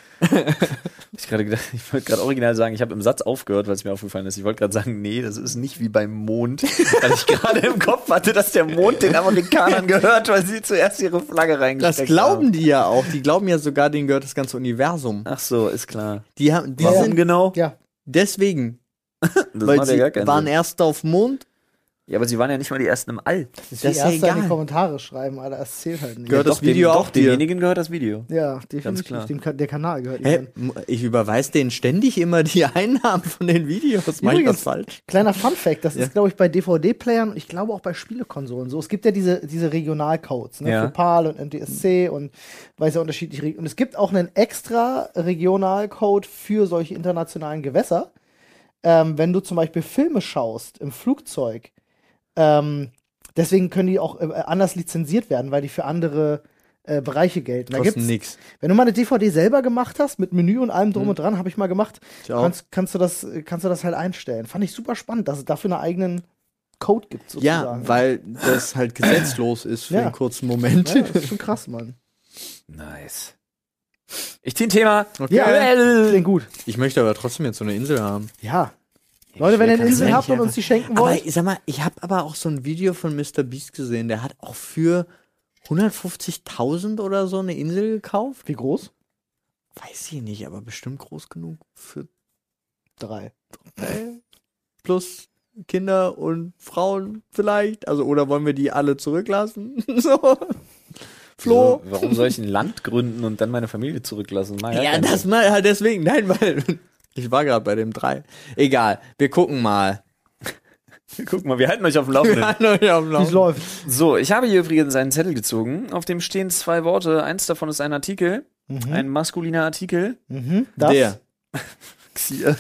ich gerade gedacht, ich wollte gerade original sagen, ich habe im Satz aufgehört, weil es mir aufgefallen ist. Ich wollte gerade sagen, nee, das ist nicht wie beim Mond, weil ich gerade im Kopf hatte, dass der Mond den Amerikanern gehört, weil sie zuerst ihre Flagge reingesteckt Das glauben haben. die ja auch. Die glauben ja sogar, denen gehört das ganze Universum. Ach so, ist klar. Die haben, die Warum sind genau? Ja. deswegen, Das weil macht ja sie gar keinen waren Sinn. erst auf dem Mond. Ja, aber sie waren ja nicht mal die Ersten im All. Das ist Das die ist ja erste in egal. die Kommentare schreiben, Alter. Das zählt halt nicht. Gehört das doch, Video dem, auch doch, dir? demjenigen gehört das Video. Ja, definitiv. klar. Dem, Ka- der Kanal gehört Hä? ihm. Ich überweise denen ständig immer die Einnahmen von den Videos. Mach ich das Übrigens, falsch? Kleiner Fun-Fact, das Ja. ist, glaube ich, bei D V D-Playern und ich glaube auch bei Spielekonsolen so. Es gibt ja diese, diese Regionalcodes, ne? Ja. Für PAL und N T S C und weiß ja unterschiedlich. Reg- Und es gibt auch einen extra Regionalcode für solche internationalen Gewässer. Ähm, wenn du zum Beispiel Filme schaust im Flugzeug, ähm, deswegen können die auch äh, anders lizenziert werden, weil die für andere äh, Bereiche gelten. Da Kosten gibt's, nix. wenn du mal eine D V D selber gemacht hast, mit Menü und allem drum und dran, habe ich mal gemacht, Ich auch. kannst, kannst, du das, kannst du das halt einstellen. Fand ich super spannend, dass es dafür einen eigenen Code gibt, Ja, sozusagen. weil das halt gesetzlos ist für Ja. einen kurzen Moment. Ja, das ist schon krass, Mann. Nice. Ich ziehe ein Thema. Okay. Ja, klingt gut. Ich möchte aber trotzdem jetzt so eine Insel haben. Ja. Leute, wenn ihr eine kann's Insel nicht habt und einfach- uns die schenken Aber wollt, ich sag mal, ich habe aber auch so ein Video von Mister Beast gesehen, der hat auch für hundertfünfzigtausend oder so eine Insel gekauft. wie groß? Weiß ich nicht, aber bestimmt groß genug für Drei. plus Kinder und Frauen vielleicht. Also, oder wollen wir die alle zurücklassen? so. Flo. So, warum soll ich ein Land gründen und dann meine Familie zurücklassen? Mag Ja, keinen das Sinn. mal halt deswegen. Nein, weil ich war gerade bei dem drei. Egal, wir gucken mal. Guck mal, wir halten euch auf dem Laufenden. Wie Wie es läuft. So, ich habe hier übrigens einen Zettel gezogen. Auf dem stehen zwei Worte. Eins davon ist ein Artikel. Mhm. Ein maskuliner Artikel. Mhm. Das, Der. Xier.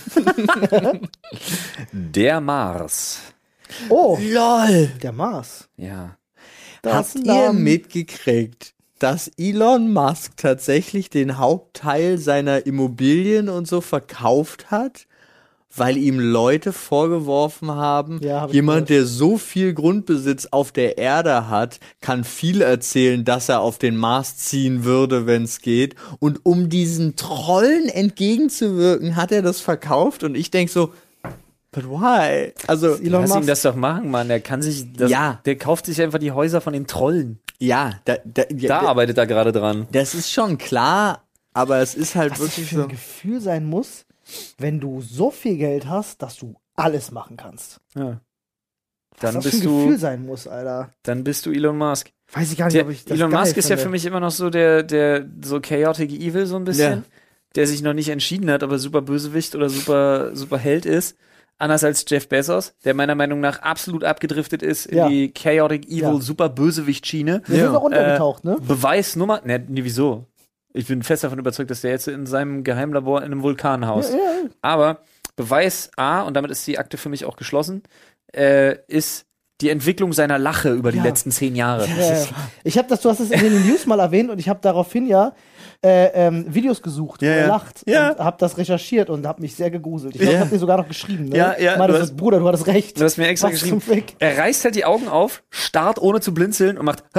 Der Mars. Oh, LOL. der Mars. Ja. Das Habt ihr Land. mitgekriegt, dass Elon Musk tatsächlich den Hauptteil seiner Immobilien und so verkauft hat, weil ihm Leute vorgeworfen haben, Ja, hab ich jemand, gehört. der so viel Grundbesitz auf der Erde hat, kann viel erzählen, dass er auf den Mars ziehen würde, wenn es geht. Und um diesen Trollen entgegenzuwirken, hat er das verkauft. Und ich denk so, but why? Also, Elon Lass ihn Musk. das doch machen, Mann. Der kann sich, das, Ja. der kauft sich einfach die Häuser von den Trollen. ja, da, da, Da arbeitet er gerade dran. das ist schon klar, aber es ist halt Was das wirklich für so. ein Gefühl sein muss, wenn du so viel Geld hast, dass du alles machen kannst. Ja. Was Dann das für bist ein Gefühl du, sein muss, Alter. dann bist du Elon Musk. Weiß ich gar nicht, Der, ob ich das Elon geil Musk ist ja finde. für mich immer noch so der, der so chaotic evil so ein bisschen, Ja. der sich noch nicht entschieden hat, ob er super Bösewicht oder super, super Held ist. Anders als Jeff Bezos, der meiner Meinung nach absolut abgedriftet ist in Ja. die chaotic evil, Ja. super Bösewicht-Schiene. Der Ja. ist auch runtergetaucht, ne? Beweis Nummer, ne, nee, wieso? Ich bin fest davon überzeugt, dass der jetzt in seinem Geheimlabor in einem Vulkan haust. Ja, ja, ja. Aber Beweis A, und damit ist die Akte für mich auch geschlossen, äh, ist die Entwicklung seiner Lache über die Ja. letzten zehn Jahre. Ja, ich habe das, du hast es in den News mal erwähnt und ich habe daraufhin ja äh, ähm, Videos gesucht, Ja, wo er ja. lacht Ja. und habe das recherchiert und habe mich sehr gegruselt. Ich glaube, Ja. ich habe dir sogar noch geschrieben. Ne? Ja, ja, Ich meine, du so, hast- Bruder, du hattest recht. Du hast mir extra Was geschrieben. zum Fick? Er reißt halt die Augen auf, starrt ohne zu blinzeln und macht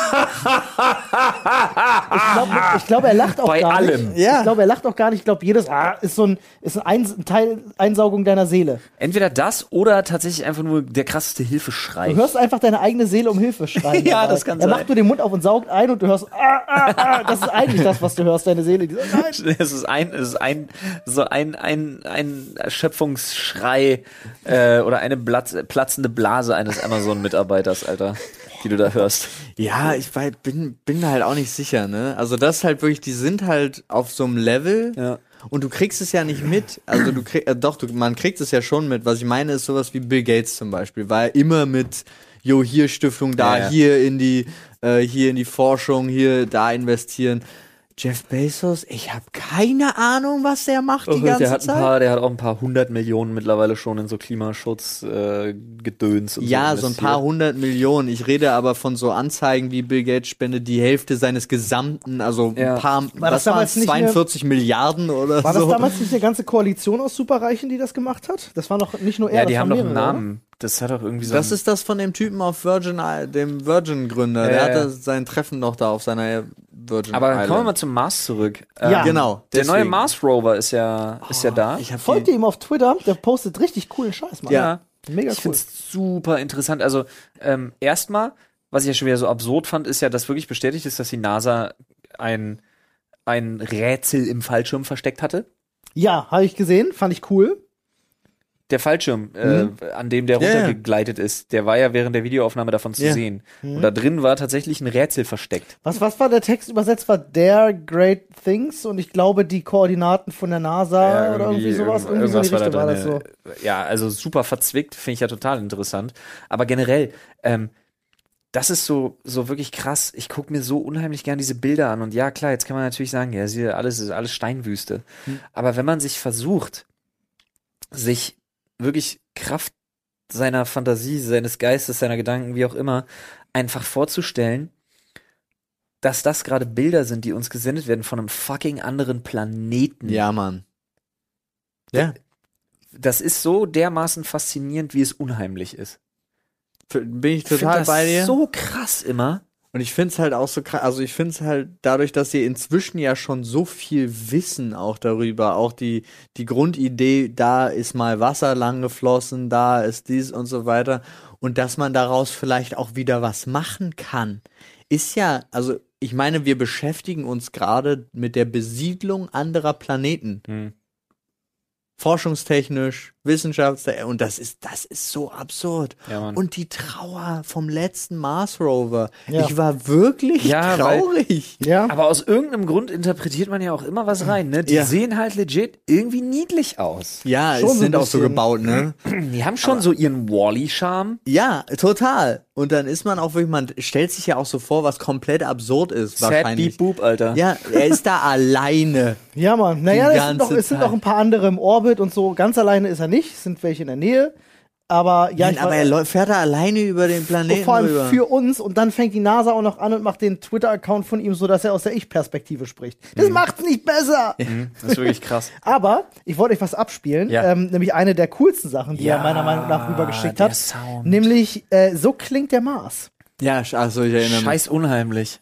Ich glaube, ich glaub, er lacht auch Bei gar allem. nicht. Ja. Ich glaube, er lacht auch gar nicht. Ich glaube, jedes Ah ist so ein, ist ein, Eins- ein Teil Einsaugung deiner Seele. entweder das oder tatsächlich einfach nur der krasseste Hilfeschrei. Du hörst einfach deine eigene Seele um Hilfe schreien. Ja, dabei. das kann er sein. macht nur den Mund auf und saugt ein und du hörst ah, ah, ah. Das ist eigentlich das, was du hörst, deine Seele. Die sagt, nein. Es ist ein, es ist ein, so ein, ein, ein Erschöpfungsschrei äh, oder eine Platz, platzende Blase eines Amazon-Mitarbeiters, Alter, die du da hörst. Ja, ich wei- bin, bin halt auch nicht sicher, ne? Also das ist halt wirklich, die sind halt auf so einem Level Ja. und du kriegst es ja nicht mit. Also du kriegst, äh, doch, du, man kriegt es ja schon mit. Was ich meine, ist sowas wie Bill Gates zum Beispiel, war er immer mit, jo, hier Stiftung, da, Ja, ja. hier in die, äh, hier in die Forschung, hier, da investieren. Jeff Bezos, ich habe keine Ahnung, was der macht die ganze der hat ein Zeit. paar, der hat auch ein paar hundert Millionen mittlerweile schon in so Klimaschutz äh, Gedöns und Ja, so so ein paar hundert Millionen. Ich rede aber von so Anzeigen wie Bill Gates spendet die Hälfte seines gesamten, also Ja. ein paar, War das was waren damals nicht zweiundvierzig Milliarden oder War das so. damals nicht eine ganze Koalition aus Superreichen, die das gemacht hat? Das war doch nicht nur er, Ja, das die haben waren doch einen mehrere, Namen. Das hat doch irgendwie so Das einen- ist das von dem Typen auf Virgin, I- dem Virgin-Gründer. Ja, Der ja. hatte sein Treffen noch da auf seiner Virgin Aber Island. kommen wir mal zum Mars zurück. Ja. Ähm, Genau, Der neue deswegen. Mars Rover ist ja, ist ja da. Ich hab Folgt die, ihr ihm auf Twitter, der postet richtig coolen Scheiß, Mann. Ja. Mega Ich cool. finde es super interessant. Also ähm, erstmal, was ich ja schon wieder so absurd fand, ist ja, dass wirklich bestätigt ist, dass die NASA ein, ein Rätsel im Fallschirm versteckt hatte. Ja, habe ich gesehen, fand ich cool. Der Fallschirm, äh, an dem der Ja, ja. runtergegleitet ist, der war ja während der Videoaufnahme davon zu Ja. sehen. Und da drin war tatsächlich ein Rätsel versteckt. Was, was war der Text übersetzt? War There Great Things und ich glaube die Koordinaten von der NASA oder irgendwie sowas. Irgendwie so in die irgendwas Richtung war das so. drin. Ja, also super verzwickt, finde ich ja total interessant. Aber generell, ähm, das ist so, so wirklich krass. Ich gucke mir so unheimlich gern diese Bilder an. Und ja, klar, jetzt kann man natürlich sagen, ja, sie, alles ist alles Steinwüste. Hm. Aber wenn man sich versucht, sich wirklich Kraft seiner Fantasie, seines Geistes, seiner Gedanken, wie auch immer, einfach vorzustellen, dass das gerade Bilder sind, die uns gesendet werden von einem fucking anderen Planeten. ja, Mann. Ja, Das ist so dermaßen faszinierend, wie es unheimlich ist. f- bin ich Ich find total das bei dir. so krass immer. Und ich find's halt auch so krass, also ich find's halt dadurch, dass sie inzwischen ja schon so viel wissen auch darüber, auch die, die Grundidee, da ist mal Wasser lang geflossen, da ist dies und so weiter und dass man daraus vielleicht auch wieder was machen kann, ist ja, also ich meine, wir beschäftigen uns gerade mit der Besiedlung anderer Planeten. Hm. Forschungstechnisch, wissenschaftlich, und das ist, das ist so absurd. Ja, Mann. Und die Trauer vom letzten Mars Rover. Ja. Ich war wirklich Ja, weil- traurig. Ja. Aber aus irgendeinem Grund interpretiert man ja auch immer was rein, ne? Die Ja. sehen halt legit irgendwie niedlich aus. Ja, Schon es so sind ein auch so bisschen. gebaut, ne? Die haben schon so ihren Wall-E-Charme. Ja, total. Und dann ist man auch wirklich, man stellt sich ja auch so vor, was komplett absurd ist, Sad wahrscheinlich. Beep Boop, Alter. Ja, er ist da alleine. Ja, Mann. Naja, Die es sind, doch, ganze es sind Zeit. auch ein paar andere im Orbit und so. Ganz alleine ist er nicht. Es sind welche in der Nähe. Aber ja, Nein, ich aber war- er läuft- fährt da alleine über den und Planeten vor allem rüber. für uns und dann fängt die NASA auch noch an und macht den Twitter-Account von ihm so, dass er aus der Ich-Perspektive spricht. Das macht's nicht besser! Mhm, das ist wirklich krass. Aber ich wollte euch was abspielen, Ja. ähm, nämlich eine der coolsten Sachen, die Ja, er meiner Meinung nach rübergeschickt der hat. Sound. Nämlich, äh, so klingt der Mars. Ja, also ich erinnere mich. Scheiß unheimlich.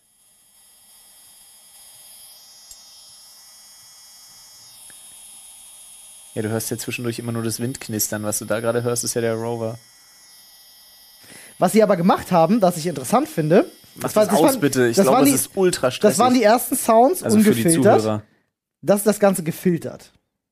Ja, du hörst ja zwischendurch immer nur das Windknistern. Was du da gerade hörst, ist ja der Rover. Was sie aber gemacht haben, was ich interessant finde, Mach das, aus, waren- bitte. Ich das glaube, waren das die, ist ultra stressig. das waren die ersten Sounds, also für die ungefiltert. Zuhörer. Das ist das Ganze gefiltert.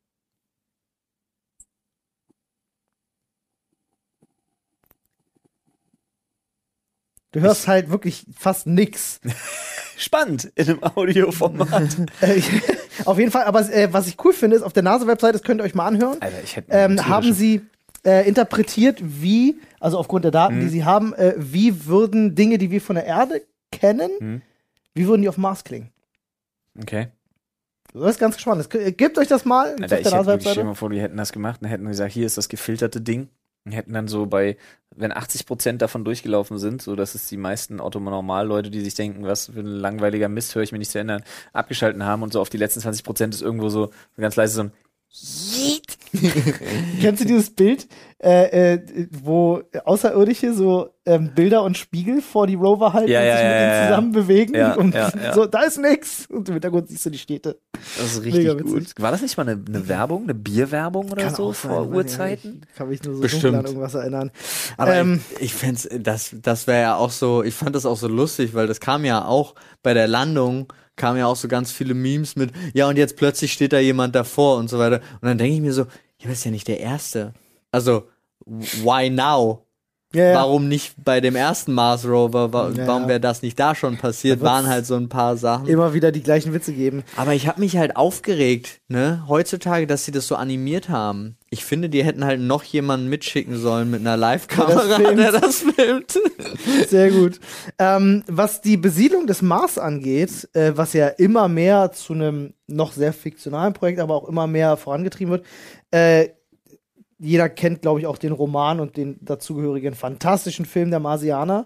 Du hörst halt wirklich fast nix. Spannend in einem Audioformat. Äh, auf jeden Fall, aber äh, was ich cool finde, ist auf der NASA-Website, das könnt ihr euch mal anhören, Alter, ich hätte ähm, haben sie äh, interpretiert, wie, also aufgrund der Daten, Mhm. die sie haben, äh, wie würden Dinge, die wir von der Erde kennen, Mhm. wie würden die auf Mars klingen? Okay. Das ist ganz gespannt. Das, äh, gebt euch das mal Alter, auf der ich hätte wirklich, stell dir NASA-Webseite. mal vor, die hätten das gemacht und hätten gesagt, hier ist das gefilterte Ding. Wir hätten dann so bei, wenn achtzig Prozent davon durchgelaufen sind, so dass es die meisten Autonormal-Leute, die sich denken, was für ein langweiliger Mist, höre ich mir nicht zu ändern, abgeschalten haben und so auf die letzten zwanzig Prozent ist irgendwo so ganz leise so ein Yeet. Kennst du dieses Bild, äh, äh, wo Außerirdische so ähm, Bilder und Spiegel vor die Rover halten Ja, und ja, sich mit ja, ihnen ja. zusammen bewegen Ja, und ja, ja. so, da ist nix. Und im Hintergrund siehst du die Städte. Das ist Mega richtig witzig. gut. War das nicht mal eine, eine Werbung, eine Bierwerbung oder Kann so auch sein, vor weiß ich Urzeiten? nicht. Kann mich nur so Bestimmt. dunkel an irgendwas erinnern. Aber Ähm, ich, ich fänd's, das, das wäre ja auch so, ich fand das auch so lustig, weil das kam ja auch bei der Landung, kamen ja auch so ganz viele Memes mit, ja und jetzt plötzlich steht da jemand davor und so weiter. Und dann denke ich mir so, ja, das ist ja nicht der Erste. Also, why now? ja, ja. Warum nicht bei dem ersten Mars Rover? Wa Ja. Warum wäre das nicht da schon passiert? Da wird's Waren halt so ein paar Sachen. Immer wieder die gleichen Witze geben. Aber ich habe mich halt aufgeregt, ne, heutzutage, dass sie das so animiert haben. Ich finde, die hätten halt noch jemanden mitschicken sollen mit einer Live-Kamera, filmt. der das filmt. Sehr gut. Ähm, was die Besiedlung des Mars angeht, äh, was ja immer mehr zu einem noch sehr fiktionalen Projekt, aber auch immer mehr vorangetrieben wird, äh, jeder kennt, glaube ich, auch den Roman und den dazugehörigen fantastischen Film Der Marsianer.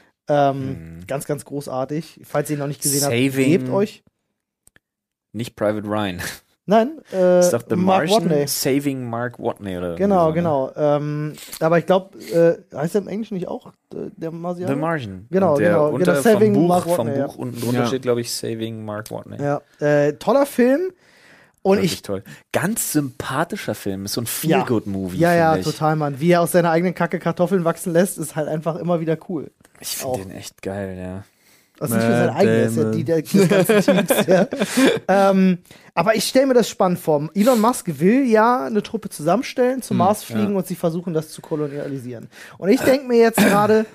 Ähm, Ganz, ganz großartig. Falls ihr ihn noch nicht gesehen habt, Saving- gebt euch. Nicht Private Ryan. Nein, äh, Ist doch The Mark Martian Watney. Saving Mark Watney oder Genau, so, ne? genau. Ähm, aber ich glaube, äh, heißt er im Englischen nicht auch äh, der Marsianer? The Martian. Genau, Und der genau, Unter, genau, Saving vom Buch, Mark vom Watney, Buch unten drunter Ja. steht, glaube ich, Saving Mark Watney. Ja, äh, toller Film. Und Wirklich ich, toll. Ganz sympathischer Film. Ist so ein Ja. Feel-Good-Movie. ja, ja, find ich. total, Mann. Wie er aus seiner eigenen Kacke Kartoffeln wachsen lässt, ist halt einfach immer wieder cool. Ich Auch. finde den echt geil, ja. Also nicht nur sein Matt eigenes, ist ja Damon. die der, des ganzen Teams. Ja. ähm, aber ich stelle mir das spannend vor. Elon Musk will ja eine Truppe zusammenstellen, zum Mars fliegen ja. und sie versuchen, das zu kolonialisieren. Und ich denke mir jetzt gerade,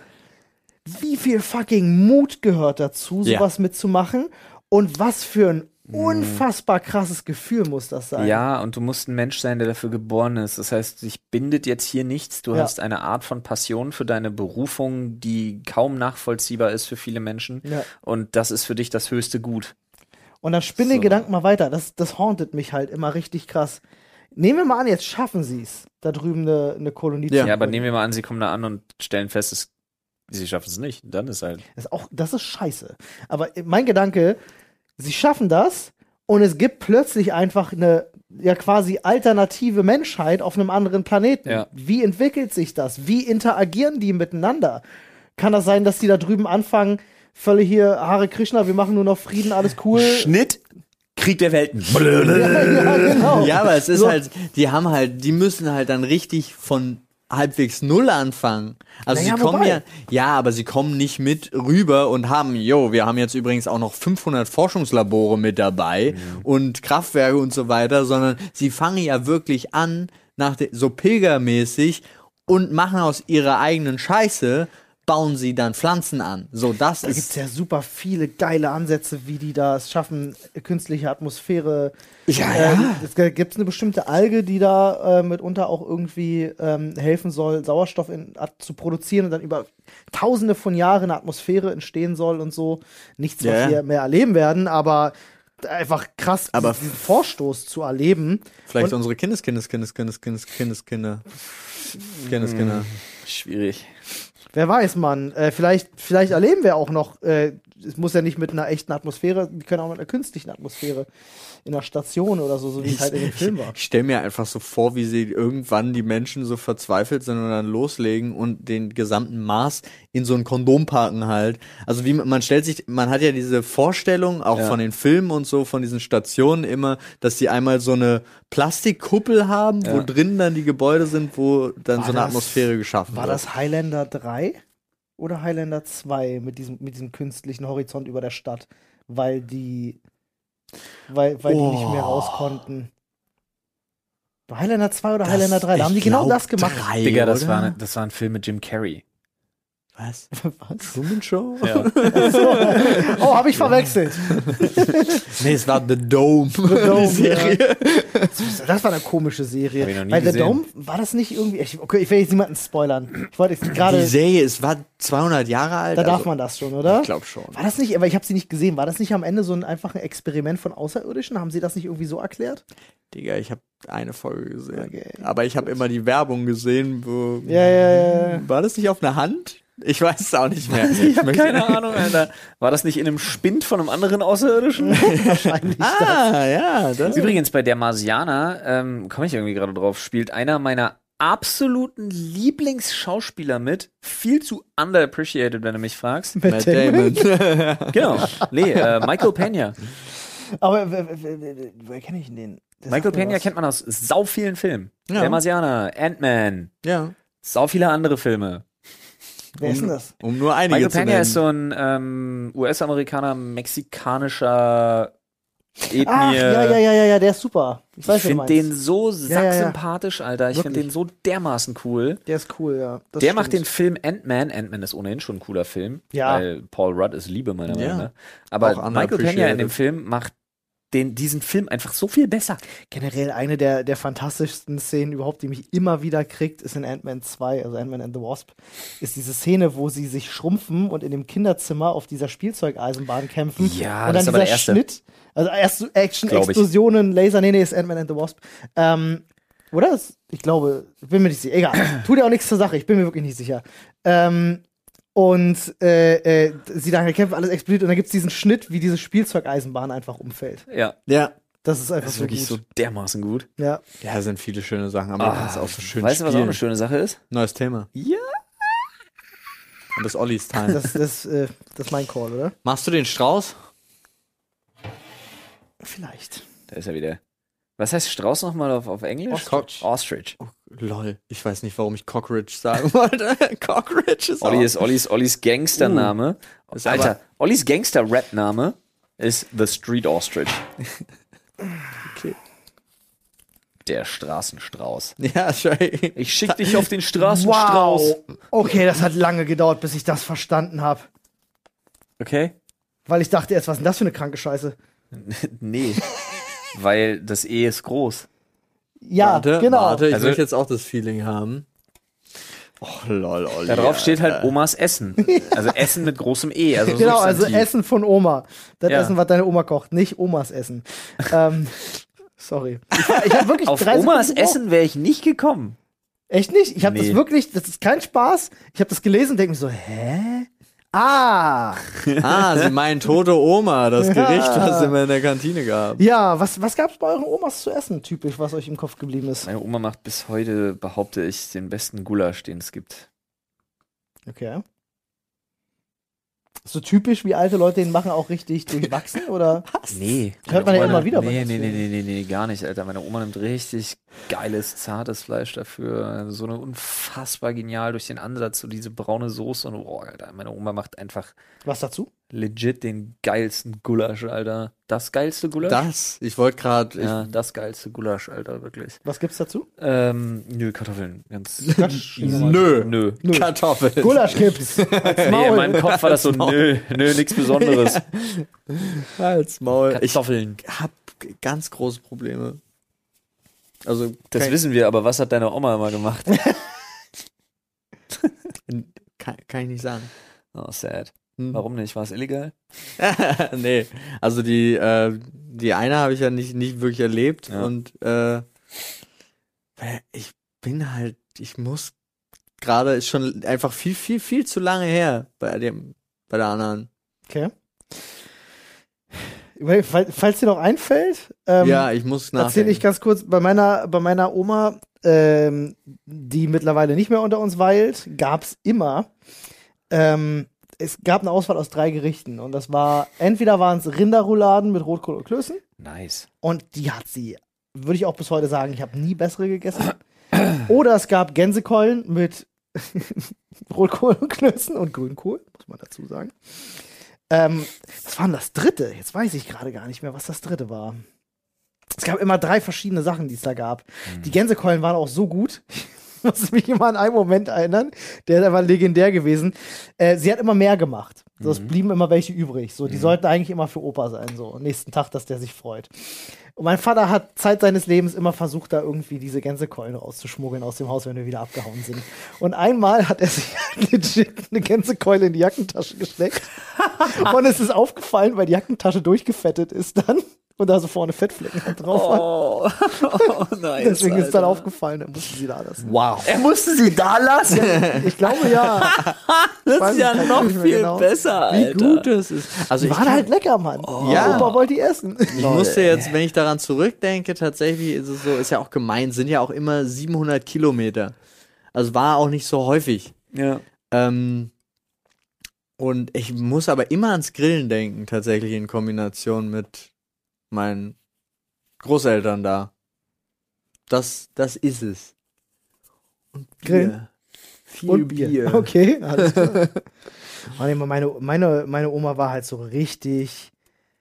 wie viel fucking Mut gehört dazu, Ja. sowas mitzumachen und was für ein unfassbar krasses Gefühl muss das sein. Ja, und du musst ein Mensch sein, der dafür geboren ist. Das heißt, dich bindet jetzt hier nichts. Du Ja. hast eine Art von Passion für deine Berufung, die kaum nachvollziehbar ist für viele Menschen. Ja. Und das ist für dich das höchste Gut. Und dann spinne den So. Gedanken mal weiter. Das, das hauntet mich halt immer richtig krass. Nehmen wir mal an, jetzt schaffen sie es, da drüben eine, eine Kolonie Ja. zu Ja, aber gründen. nehmen wir mal an, sie kommen da an und stellen fest, es, sie schaffen es nicht. Dann ist halt. Das ist auch, das ist scheiße. Aber mein Gedanke, sie schaffen das und es gibt plötzlich einfach eine ja quasi alternative Menschheit auf einem anderen Planeten. Ja. Wie entwickelt sich das? Wie interagieren die miteinander? Kann das sein, dass die da drüben anfangen, völlig hier Hare Krishna, wir machen nur noch Frieden, alles cool? Schnitt, Krieg der Welten. ja, ja, genau. Ja, aber es ist So. halt, die haben halt, die müssen halt dann richtig von halbwegs null anfangen. Also Naja, sie kommen wobei. ja, ja, aber sie kommen nicht mit rüber und haben, jo, wir haben jetzt übrigens auch noch fünfhundert Forschungslabore mit dabei und Kraftwerke und so weiter, sondern sie fangen ja wirklich an, nach de, so pilgermäßig und machen aus ihrer eigenen Scheiße, bauen sie dann Pflanzen an. So, das Da gibt es ist, ja super viele geile Ansätze, wie die das schaffen, künstliche Atmosphäre. ja, Äh, ja. es gibt eine bestimmte Alge, die da äh, mitunter auch irgendwie ähm, helfen soll, Sauerstoff in, at, zu produzieren und dann über tausende von Jahren eine Atmosphäre entstehen soll und so. Nichts, was Ja. wir mehr erleben werden, aber einfach krass, Aber diesen Vorstoß zu erleben. Vielleicht und- unsere Kindes, Kindes, Kindes, Kindes, Kindes, Kindeskinder. Kindeskinder. Schwierig. Wer weiß, Mann. Äh, vielleicht, vielleicht erleben wir auch noch, äh, es muss ja nicht mit einer echten Atmosphäre, die können auch mit einer künstlichen Atmosphäre in einer Station oder so, so wie es halt in dem Film war. Ich stelle mir einfach so vor, wie sie irgendwann die Menschen so verzweifelt sind und dann loslegen und den gesamten Mars in so einen Kondom parken halt. Also wie man man stellt sich, man hat ja diese Vorstellung, auch Ja. von den Filmen und so, von diesen Stationen immer, dass die einmal so eine Plastikkuppel haben, wo Ja. drin dann die Gebäude sind, wo dann War so eine das- Atmosphäre geschaffen War wird. das Highlander drei oder Highlander zwei mit diesem, mit diesem künstlichen Horizont über der Stadt? Weil die, weil, weil die nicht mehr Oh. raus konnten. War Highlander zwei oder Das- Highlander drei? Da ich haben die genau glaub, das gemacht. drei, Digga, das oder? war, ne, das war ein Film mit Jim Carrey. Was? Was? Truman Show? Ja. Oh, habe ich verwechselt. Nee, es war The Dome. The Dome, die Serie. ja. Das war eine komische Serie. Hab ich noch nie Bei The gesehen. Dome war das nicht irgendwie. Ich, okay, ich will jetzt niemanden spoilern. Ich wollte jetzt Die gerade. Serie, es war zweihundert Jahre alt. Da darf also, man das schon, oder? Ich glaube schon. War das nicht, aber ich habe sie nicht gesehen, war das nicht am Ende so ein einfaches Experiment von Außerirdischen? Haben sie das nicht irgendwie so erklärt? Digga, ich habe eine Folge gesehen. Okay, aber ich habe immer die Werbung gesehen, wo. Ja, ja, ja. War das nicht auf einer Hand? Ich weiß es auch nicht mehr. Ich habe möchte- keine Ahnung, Alter. War das nicht in einem Spind von einem anderen Außerirdischen? Wahrscheinlich. Ah, ja, das. Übrigens, bei der Marsianer, ähm, komme ich irgendwie gerade drauf, spielt einer meiner absoluten Lieblingsschauspieler mit. Viel zu underappreciated, wenn du mich fragst. Matt Matt Damon. Damon. Genau. Nee, äh, Michael Pena. Aber wer, wer, wer, woher kenne ich denn den? Der Michael sagt mir Pena was. kennt man aus sau vielen Filmen. Ja. Der Marsianer, Ant-Man, Ja. sau viele andere Filme. Wer ist denn das? Um nur einige Michael zu Pena nennen. ist so ein ähm, U S-Amerikaner, mexikanischer Ethnie. Ach, ja, ja, ja, ja, ja, der ist super. Ich Ich weiß, wen du finde meinst. den so Ja, ja, ja. sacksympathisch, Alter. Ich finde Wirklich. den so dermaßen cool. Der ist cool, ja. Das Der macht den stimmt. Film Ant-Man. Ant-Man ist ohnehin schon ein cooler Film. Ja. Weil Paul Rudd ist Liebe, meiner Ja. Meinung nach. Auch Aber Michael Pena underappreciated. in dem Film macht den, diesen Film einfach so viel besser. Generell eine der, der fantastischsten Szenen überhaupt, die mich immer wieder kriegt, ist in Ant-Man zwei, also Ant-Man and the Wasp, ist diese Szene, wo sie sich schrumpfen und in dem Kinderzimmer auf dieser Spielzeugeisenbahn kämpfen. Ja, und das dann ist aber dieser der erste. Schnitt, also erst Action, Glaub ich. Explosionen, Laser, nee, nee, ist Ant-Man and the Wasp. Ähm, oder? Das- Ich glaube, ich bin mir nicht sicher. Egal. Tut ja auch nichts zur Sache, ich bin mir wirklich nicht sicher. Ähm, und äh, äh, sie dann kämpfen, alles explodiert und dann gibt es diesen Schnitt, wie diese Spielzeugeisenbahn einfach umfällt. Ja, Ja. Das ist einfach das ist so wirklich gut. so dermaßen gut. Ja. Ja, es sind viele schöne Sachen, aber du kannst auch so schön Weißt du, was auch spielen. eine schöne Sache ist? Neues Thema. Ja. Und das Ollis Time. Das, das, äh, das ist mein Call, oder? Machst du den Strauß? Vielleicht. Da ist er wieder. Was heißt Strauß nochmal auf, auf Englisch? Ostrich. Ostrich. Lol. Ich weiß nicht, warum ich Cockroach sagen wollte. Cockroach ist Olli auch. ist Ollis, Ollis Gangstername. Ist Alter, aber- Ollis Gangster-Rap-Name ist The Street Ostrich. Okay. Der Straßenstrauß. Ja, schei. Ich schick dich auf den Straßenstrauß. Okay, das hat lange gedauert, bis ich das verstanden habe. Okay? Weil ich dachte erst, was ist denn das für eine kranke Scheiße? Nee. Weil das E ist groß. Ja, Warte, genau. warte, ich Also- möchte jetzt auch das Feeling haben. Oh, lol, Olli. Da drauf steht halt Alter. Omas Essen. Also Essen mit großem E. Also Genau, also Substantiv. Essen von Oma. Das Ja. Essen, was deine Oma kocht, nicht Omas Essen. ähm, sorry. Ich, ich habe wirklich Auf drei Omas Sekunden gebraucht. Essen wäre ich nicht gekommen. Echt nicht? Ich habe Nee. das wirklich, das ist kein Spaß. Ich habe das gelesen und denke mir so, hä? Ah, Ah, sie meinen tote Oma, das Ja. Gericht, was es immer in der Kantine gab. ja, was, was gab's bei euren Omas zu essen, typisch, was euch im Kopf geblieben ist? Meine Oma macht bis heute, behaupte ich, den besten Gulasch, den es gibt. Okay. So typisch, wie alte Leute den machen, auch richtig durchwachsen, oder? Nee. Hört meine man ja Oma immer wieder, Nee, was nee, das nee, für- nee, nee, nee, gar nicht, Alter. Meine Oma nimmt richtig geiles, zartes Fleisch dafür. So eine unfassbar genial durch den Ansatz, so diese braune Soße und oh, Alter. Meine Oma macht einfach Was dazu? legit den geilsten Gulasch, Alter. Das geilste Gulasch? Das, ich wollte gerade, Ja, das geilste Gulasch, Alter, wirklich. Was gibt's dazu? Ähm, nö, Kartoffeln. Ganz nö, nö. Nö. Kartoffeln. Gulasch gibt's. Als Nee, in Maul. meinem Kopf war das so, nö, nö, nichts Besonderes. Als Maul. Ich Kartoffeln. hab ganz große Probleme. Also, Das kein, wissen wir, aber was hat deine Oma immer gemacht? kann, kann ich nicht sagen. Oh, sad. Hm. Warum nicht? War es illegal? Nee, also die, äh, die eine habe ich ja nicht, nicht wirklich erlebt Ja. und äh, ich bin halt, ich muss gerade, ist schon einfach viel, viel, viel zu lange her bei dem, bei der anderen. Okay. Überleg, fall- Falls dir noch einfällt, ähm, Ja, ich muss erzähle nachdenken. ich ganz kurz, bei meiner, bei meiner Oma, ähm, die mittlerweile nicht mehr unter uns weilt, gab's immer, ähm, es gab eine Auswahl aus drei Gerichten und das war, entweder waren es Rinderrouladen mit Rotkohl und Klößen Nice. und die hat sie, würde ich auch bis heute sagen, ich habe nie bessere gegessen. Oder es gab Gänsekeulen mit Rotkohl und Klößen und Grünkohl, muss man dazu sagen. Ähm, was war denn das dritte? Jetzt weiß ich gerade gar nicht mehr, was das dritte war. Es gab immer drei verschiedene Sachen, die es da gab. Die Gänsekeulen waren auch so gut. muss mich immer an einen Moment erinnern, der war legendär gewesen. Äh, sie hat immer mehr gemacht. So, es blieben immer welche übrig. So, die Mhm. sollten eigentlich immer für Opa sein. So, am nächsten Tag, dass der sich freut. Und mein Vater hat Zeit seines Lebens immer versucht, da irgendwie diese Gänsekeulen rauszuschmuggeln aus dem Haus, wenn wir wieder abgehauen sind. Und einmal hat er sich legit eine Gänsekeule in die Jackentasche gesteckt. Und es ist aufgefallen, weil die Jackentasche durchgefettet ist dann. Und da so vorne Fettflecken halt drauf waren. Oh, oh nein. Deswegen ist dann aufgefallen, dann mussten sie da lassen. Wow. Er musste sie da lassen. Ich glaube ja. Das weiß ist ja es halt noch nicht mehr viel genau. besser, Wie Alter. gut es ist. Also Die ich waren kann- halt lecker, Mann. Ja. Opa wollte die essen. Ich musste jetzt, wenn ich daran zurückdenke, tatsächlich ist es so, ist ja auch gemein, sind ja auch immer siebenhundert Kilometer. Also war auch nicht so häufig. Ja. Ähm, und ich muss aber immer ans Grillen denken, tatsächlich in Kombination mit meinen Großeltern da. Das, das ist es. Und Grillen? Viel Und Bier. Bier. Okay, alles klar. Meine, meine, meine Oma war halt so richtig,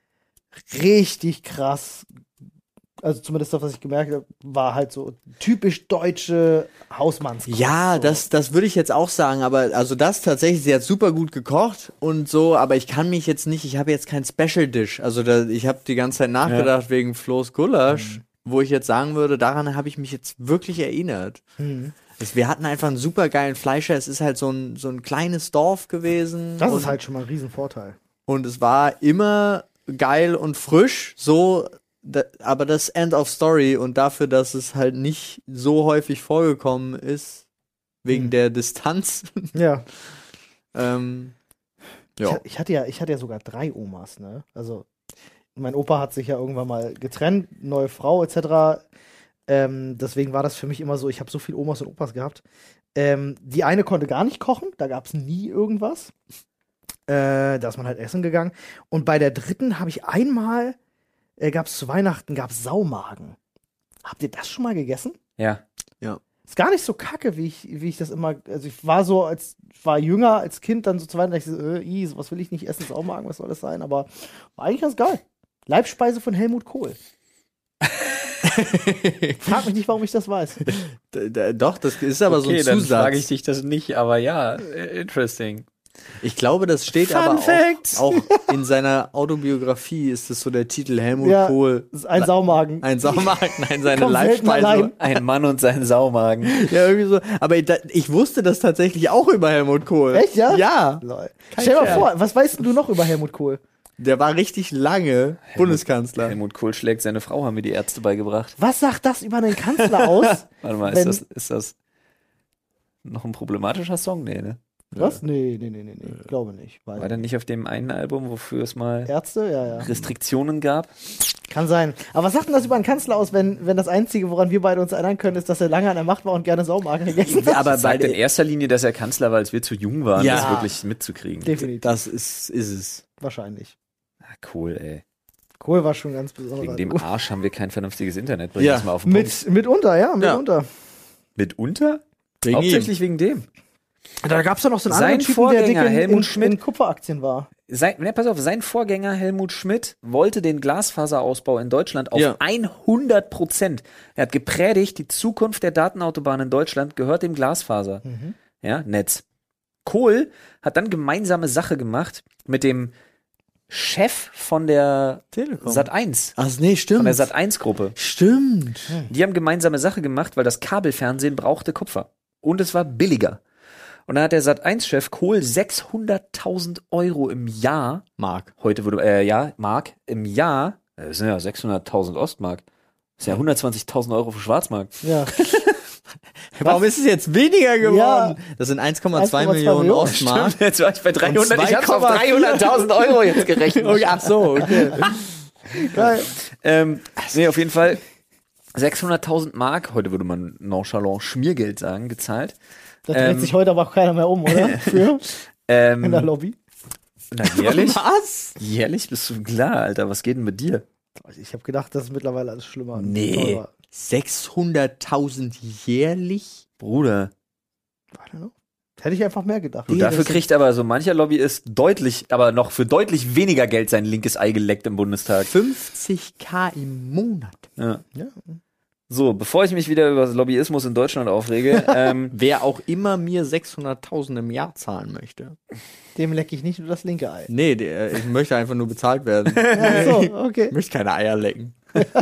richtig krass. Also zumindest das, was ich gemerkt habe, war halt so typisch deutsche Hausmannskost. Ja, so. das, das würde ich jetzt auch sagen, aber also das tatsächlich, sie hat super gut gekocht und so, aber ich kann mich jetzt nicht, ich habe jetzt kein Special Dish, also da, ich habe die ganze Zeit nachgedacht wegen Flo's Gulasch, Mhm. wo ich jetzt sagen würde, daran habe ich mich jetzt wirklich erinnert. Mhm. Es, wir hatten einfach einen super geilen Fleischer, es ist halt so ein, so ein kleines Dorf gewesen. Das und, ist halt schon mal ein Riesenvorteil. und es war immer geil und frisch, so, da, aber das End of Story und dafür, dass es halt nicht so häufig vorgekommen ist, wegen Hm. der Distanz. Ja. ähm, Ich, ja. ha- ich hatte ja, ich hatte ja sogar drei Omas, ne? Also mein Opa hat sich ja irgendwann mal getrennt, neue Frau et cetera. Ähm, deswegen war das für mich immer so, ich habe so viele Omas und Opas gehabt. Ähm, die eine konnte gar nicht kochen, da gab es nie irgendwas. Äh, da ist man halt essen gegangen. Und bei der dritten habe ich einmal, äh, gab es zu Weihnachten, gab es Saumagen. Habt ihr das schon mal gegessen? Ja. Ist gar nicht so kacke, wie ich, wie ich das immer, also ich war so, als war jünger, als Kind dann so zu Weihnachten, dachte ich so, äh, i, sowas will ich nicht essen, Saumagen, was soll das sein? Aber war eigentlich ganz geil. Leibspeise von Helmut Kohl. Frag mich nicht, warum ich das weiß. D d doch, das ist aber okay, so ein dann frage ich Zusatz. dich das nicht, aber ja, äh, interesting. Ich glaube, das steht Fun aber Facts. auch, auch in seiner Autobiografie ist es so der Titel Helmut Ja, Kohl. Das ist ein Saumagen. Ein Saumagen, nein, seine Kommt selten Leibspeise. allein. Ein Mann und sein Saumagen. Ja, irgendwie so. Aber ich, da, ich wusste das tatsächlich auch über Helmut Kohl. Echt, ja? Ja. Lol. Kein Stell dir mal Scherz. vor, was weißt denn du noch über Helmut Kohl? Der war richtig lange Bundeskanzler. Helmut Kohl schlägt seine Frau, haben mir die Ärzte beigebracht. Was sagt das über einen Kanzler aus? Warte mal, Wenn- ist das, ist das noch ein problematischer Song? Nee, ne? Was? Nee, nee, nee, nee, nee. Glaube nicht. Weil War der nicht auf dem einen Album, wofür es mal Ärzte? Ja, ja. Restriktionen gab? Kann sein. Aber was sagt denn das über einen Kanzler aus, wenn, wenn das Einzige, woran wir beide uns erinnern können, ist, dass er lange an der Macht war und gerne Saumagen gegessen hat? Aber Das sagt bei in der, erster Linie, dass er Kanzler war, als wir zu jung waren, Ja. das wirklich mitzukriegen. Definitiv. das ist, ist es. Wahrscheinlich. Ah, cool, ey. Kohl war schon ganz besonders. Wegen dem Arsch haben wir kein vernünftiges Internet. Bring Ja. das mal auf den Punkt. Mit, mitunter, ja, mitunter. Mitunter? Wegen Hauptsächlich wegen dem. Da gab es ja noch so einen Sein anderen Typen, der dick Vorgänger, in, Helmut in, Schmidt. in Kupferaktien war. Sein, ne, pass auf, sein Vorgänger Helmut Schmidt wollte den Glasfaserausbau in Deutschland auf Ja. hundert Prozent. Er hat gepredigt, die Zukunft der Datenautobahn in Deutschland gehört dem Glasfaser. Mhm. Ja, Netz. Kohl hat dann gemeinsame Sache gemacht mit dem Chef von der Telekom. Sat eins, Ach nee, stimmt. von der Sat eins Gruppe. Stimmt. Die haben gemeinsame Sache gemacht, weil das Kabelfernsehen brauchte Kupfer. Und es war billiger. Und dann hat der Sat eins Chef Kohl sechshunderttausend Euro im Jahr, Mark. heute würde, äh, ja, Mark, im Jahr, äh, das sind ja sechshunderttausend Ostmark. Das ist ja hundertzwanzigtausend Euro für Schwarzmark. Ja. Warum ist es jetzt weniger geworden? Ja. Das sind eins Komma zwei eins Komma zwei Millionen Millionen. Ostmark. Stimmt, jetzt war ich bei dreihundert, ich hab's auf zwei Komma vier. dreihunderttausend Euro jetzt gerechnet. Okay, ach so, okay. Geil. Ähm, nee, auf jeden Fall sechshunderttausend Mark, heute würde man nonchalant Schmiergeld sagen, gezahlt. Da dreht Ähm. sich heute aber auch keiner mehr um, oder? Für Ähm, in der Lobby. na, jährlich? Was? Jährlich bist du klar, Alter, was geht denn mit dir? Ich habe gedacht, das ist mittlerweile alles schlimmer. und Nee. teurer. sechshunderttausend jährlich? Bruder. Warte noch. Hätte ich einfach mehr gedacht. Du, Ja, dafür das kriegt aber so mancher Lobbyist deutlich, aber noch für deutlich weniger Geld sein linkes Ei geleckt im Bundestag. fünfzig K im Monat. Ja. Ja. So, bevor ich mich wieder über Lobbyismus in Deutschland aufrege, ähm, Wer auch immer mir sechshunderttausend im Jahr zahlen möchte. Dem lecke ich nicht nur das linke Ei. Nee, der, ich möchte einfach nur bezahlt werden. Ach so, okay. Ich möchte keine Eier lecken.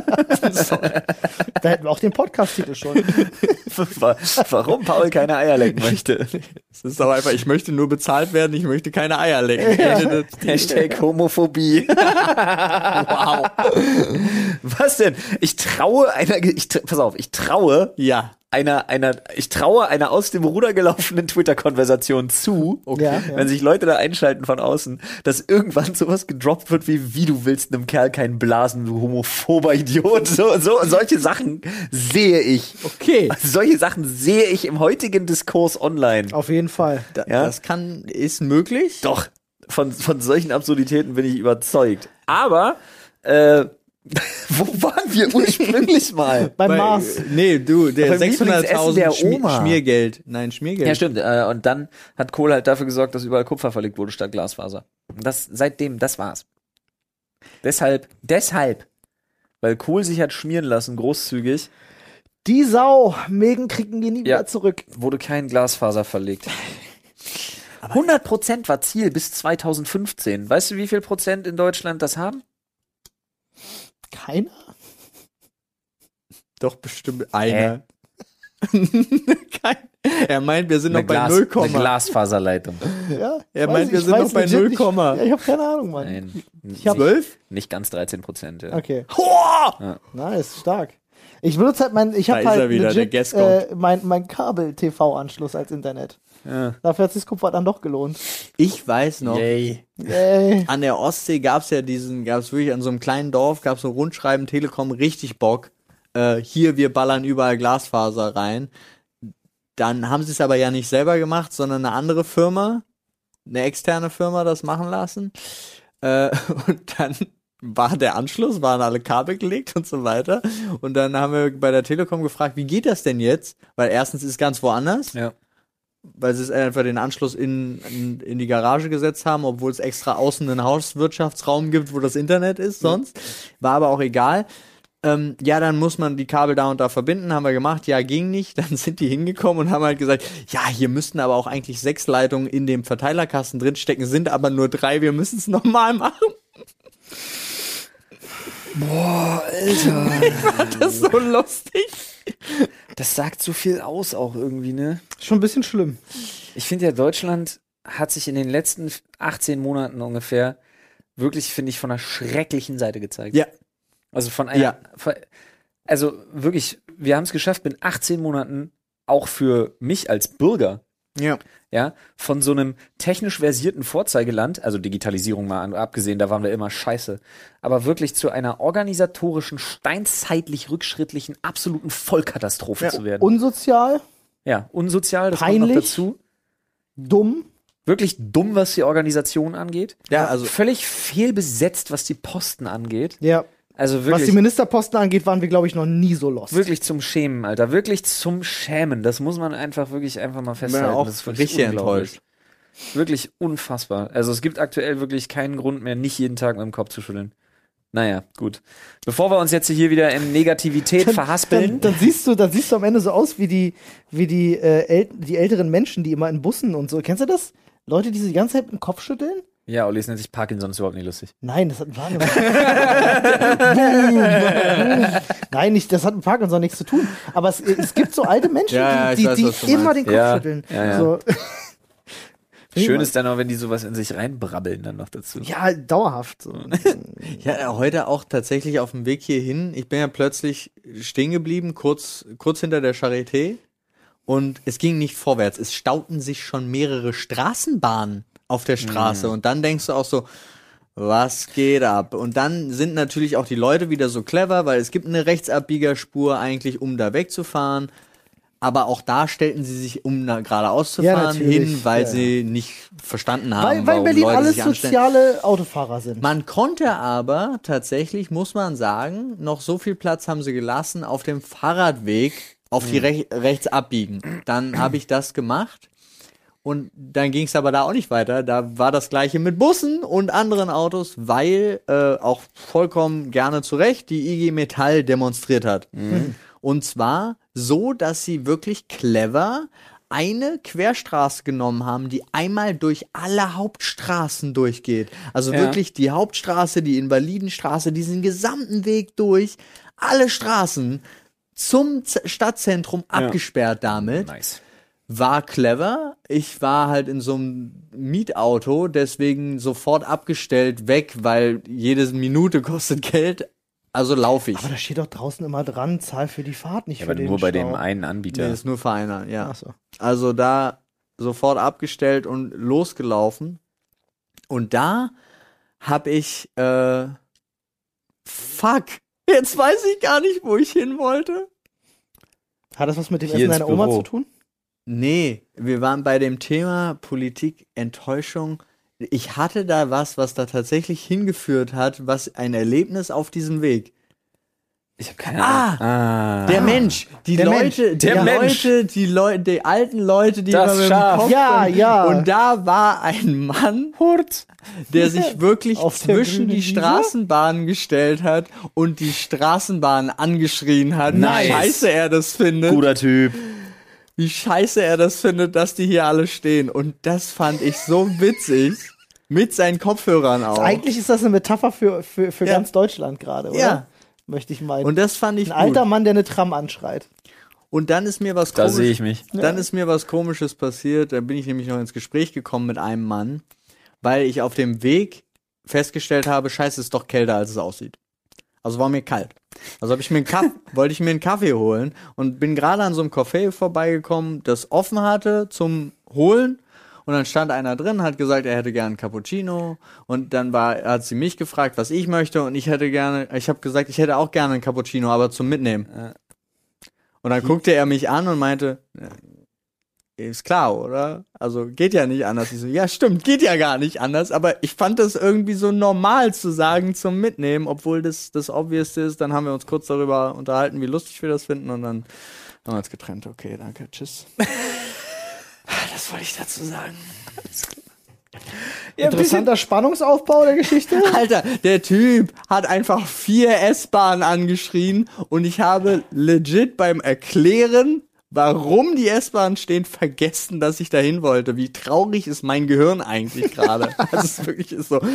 Da hätten wir auch den Podcast-Titel schon. warum Paul keine Eier lecken möchte. Es ist auch einfach, ich möchte nur bezahlt werden, ich möchte keine Eier lecken. Ja. Hashtag Homophobie. Wow. Was denn? Ich traue einer, ich, tra- pass auf, ich traue Ja. einer, einer, ich traue einer aus dem Ruder gelaufenen Twitter-Konversation zu, Okay. Ja, ja. wenn sich Leute da einschalten von außen, dass irgendwann sowas gedroppt wird wie, wie du willst einem Kerl keinen blasen, du homophober Idiot. So, so, solche Sachen sehe ich. Okay. Also solche Sachen sehe ich im heutigen Diskurs online. Auf jeden Fall. Da, Ja? Das kann, ist möglich. Doch, von, von solchen Absurditäten bin ich überzeugt. Aber, äh, wo waren wir ursprünglich mal? Beim Weil, Mars. äh, Nee, du, der Beim sechshunderttausend Lieblingsessen der Schmi Oma. Schmiergeld. Nein, Schmiergeld. Ja, stimmt. Äh, und dann hat Kohl halt dafür gesorgt, dass überall Kupfer verlegt wurde statt Glasfaser. Und das, seitdem, das war's. Deshalb, deshalb, weil Kohl sich hat schmieren lassen, großzügig, Die Sau. Megan kriegen die nie Ja. wieder zurück. wurde kein Glasfaser verlegt. hundert Prozent war Ziel bis zweitausendfünfzehn. Weißt du, wie viel Prozent in Deutschland das haben? Keiner? Doch bestimmt einer. Kein, er meint, wir sind noch bei Glas- null eine Komma. Glasfaserleitung. Ja. Er weiß meint, ich, wir ich sind weiß noch bei legit null nicht. Komma. Ja, ich habe keine Ahnung, Mann. Nein, Ich hab- nicht, Zwölf? nicht ganz dreizehn Prozent. Ja. Okay. Hoa! Nice, stark. Ich benutze halt mein, ich Da habe ist halt er wieder, der legit, Guest äh, mein, mein Kabel-T V-Anschluss als Internet. Ja. Dafür hat sich das Kupfer dann doch gelohnt. Ich weiß noch, Yay. Yay. an der Ostsee gab's ja diesen, gab's wirklich an so einem kleinen Dorf, gab's so ein Rundschreiben, Telekom, richtig Bock. Äh, hier, wir ballern überall Glasfaser rein. Dann haben sie es aber ja nicht selber gemacht, sondern eine andere Firma, eine externe Firma das machen lassen. Äh, und dann war der Anschluss, waren alle Kabel gelegt und so weiter. Und dann haben wir bei der Telekom gefragt, wie geht das denn jetzt? Weil erstens ist es ganz woanders. Ja. Weil sie es einfach den Anschluss in, in, in die Garage gesetzt haben, obwohl es extra außen einen Hauswirtschaftsraum gibt, wo das Internet ist sonst. War aber auch egal. Ähm, ja, dann muss man die Kabel da und da verbinden, haben wir gemacht. Ja, ging nicht. Dann sind die hingekommen und haben halt gesagt, ja, hier müssten aber auch eigentlich sechs Leitungen in dem Verteilerkasten drinstecken, sind aber nur drei, wir müssen es nochmal machen. Boah, Alter. Das ist so lustig. Das sagt so viel aus auch irgendwie, ne? Schon ein bisschen schlimm. Ich finde ja, Deutschland hat sich in den letzten achtzehn Monaten ungefähr wirklich, finde ich, von einer schrecklichen Seite gezeigt. Ja. Also von einer, Ja. von, also wirklich, wir haben es geschafft, in achtzehn Monaten auch für mich als Bürger, Ja. ja, von so einem technisch versierten Vorzeigeland, also Digitalisierung mal an, abgesehen, da waren wir immer scheiße, aber wirklich zu einer organisatorischen, steinzeitlich rückschrittlichen, absoluten Vollkatastrophe Ja. zu werden. Unsozial, ja, unsozial, das kommt noch Peinlich. dazu. dumm. Wirklich dumm, was die Organisation angeht. Ja, also- völlig fehlbesetzt, was die Posten angeht. Ja. Also Was wirklich. die Ministerposten angeht, waren wir, glaube ich, noch nie so lost. Wirklich zum Schämen, Alter. Wirklich zum Schämen. Das muss man einfach wirklich einfach mal Ich bin festhalten. auch das ist wirklich richtig unglaublich. enttäuscht. Wirklich unfassbar. Also es gibt aktuell wirklich keinen Grund mehr, nicht jeden Tag mit dem Kopf zu schütteln. Naja, gut. Bevor wir uns jetzt hier wieder in Negativität verhaspeln. Dann, dann siehst du, dann siehst du am Ende so aus wie die, wie die, äh, äl die älteren Menschen, die immer in Bussen und so. Kennst du das? Leute, die so die ganze Zeit mit dem Kopf schütteln? Ja, Olli, es nennt sich Parkinson, ist überhaupt nicht lustig. Nein, das hat mit Parkinson. Nein, nicht, das hat mit Parkinson nichts zu tun. Aber es, es gibt so alte Menschen, Ja, ja, die, ich weiß, die, was die du immer meinst. den Kopf Ja, schütteln. ja, ja. So. Schön ist dann auch, wenn die sowas in sich reinbrabbeln dann noch dazu. Ja, dauerhaft. So. Ja, heute auch tatsächlich auf dem Weg hierhin. Ich bin ja plötzlich stehen geblieben, kurz, kurz hinter der Charité. Und es ging nicht vorwärts. Es stauten sich schon mehrere Straßenbahnen auf der Straße. Und dann denkst du auch so, was geht ab? Und dann sind natürlich auch die Leute wieder so clever, weil es gibt eine Rechtsabbiegerspur eigentlich, um da wegzufahren. Aber auch da stellten sie sich, um da geradeaus zu Ja, fahren, natürlich. hin, weil Ja, sie nicht verstanden haben, Weil, weil warum in Berlin Leute alles sich anstellen. soziale Autofahrer sind. Man konnte aber tatsächlich, muss man sagen, noch so viel Platz haben sie gelassen auf dem Fahrradweg auf die Rech rechts abbiegen. Dann habe ich das gemacht und dann ging es aber da auch nicht weiter. Da war das gleiche mit Bussen und anderen Autos, weil äh, auch vollkommen gerne zu Recht die I G Metall demonstriert hat. Und zwar so, dass sie wirklich clever eine Querstraße genommen haben, die einmal durch alle Hauptstraßen durchgeht. Also Ja. wirklich die Hauptstraße, die Invalidenstraße, diesen gesamten Weg durch, alle Straßen zum Z- Stadtzentrum abgesperrt damit. Nice. War clever. Ich war halt in so einem Mietauto, deswegen sofort abgestellt, weg, weil jede Minute kostet Geld. Also laufe ich. Aber da steht doch draußen immer dran, zahl für die Fahrt, nicht Ja, für aber den nur bei Stau. dem einen Nee, Anbieter. ist nur für einer, ja. Ach so. Also da sofort abgestellt und losgelaufen. Und da hab ich, äh, fuck, jetzt weiß ich gar nicht, wo ich hin wollte. Hat das was mit dem Hier Essen ins deiner Oma Büro. zu tun? Nee, wir waren bei dem Thema Politik, Enttäuschung. Ich hatte da was, was da tatsächlich hingeführt hat, was ein Erlebnis auf diesem Weg. Ich habe keine Ah! Ahnung. Ah, Der Mensch, die Der Leute, Mensch, die der Mensch. Leute, die Leute, die alten Leute, die Das immer mit dem Schaf. Kopf Ja, und, ja. Und da war ein Mann, Hurt. der sich wirklich Auf der zwischen grünen die Wiese? Straßenbahnen gestellt hat und die Straßenbahn angeschrien hat, Nice. wie scheiße er das findet, guter Typ. wie scheiße er das findet, dass die hier alle stehen. Und das fand ich so witzig. Mit seinen Kopfhörern auch. Eigentlich ist das eine Metapher für, für, für Ja. ganz Deutschland gerade, oder? Ja. Möchte ich meinen. Und das fand ich Ein alter gut. Mann, der eine Tram anschreit. Und dann ist mir was Da komisch- sehe ich mich. Dann ist mir was Komisches passiert. Da bin ich nämlich noch ins Gespräch gekommen mit einem Mann, weil ich auf dem Weg festgestellt habe, scheiße, ist doch kälter, als es aussieht. Also war mir kalt. Also habe ich mir einen Kaff- wollte ich mir einen Kaffee holen und bin gerade an so einem Café vorbeigekommen, das offen hatte zum Holen. Und dann stand einer drin, hat gesagt, er hätte gerne einen Cappuccino. Und dann war, hat sie mich gefragt, was ich möchte. Und ich hätte gerne, ich habe gesagt, ich hätte auch gerne einen Cappuccino, aber zum Mitnehmen. Und dann guckte er mich an und meinte, ja, ist klar, oder? Also geht ja nicht anders. Ich so, ja stimmt, geht ja gar nicht anders. Aber ich fand das irgendwie so normal zu sagen zum Mitnehmen, obwohl das das Obvious ist. Dann haben wir uns kurz darüber unterhalten, wie lustig wir das finden. Und dann haben wir uns getrennt. Okay, danke, tschüss. Das wollte ich dazu sagen. Ja, ein bisschen, Interessanter Spannungsaufbau der Geschichte. Alter, der Typ hat einfach vier S-Bahnen angeschrien und ich habe legit beim Erklären, warum die S-Bahnen stehen, vergessen, dass ich dahin wollte. Wie traurig ist mein Gehirn eigentlich gerade? Also es wirklich ist so,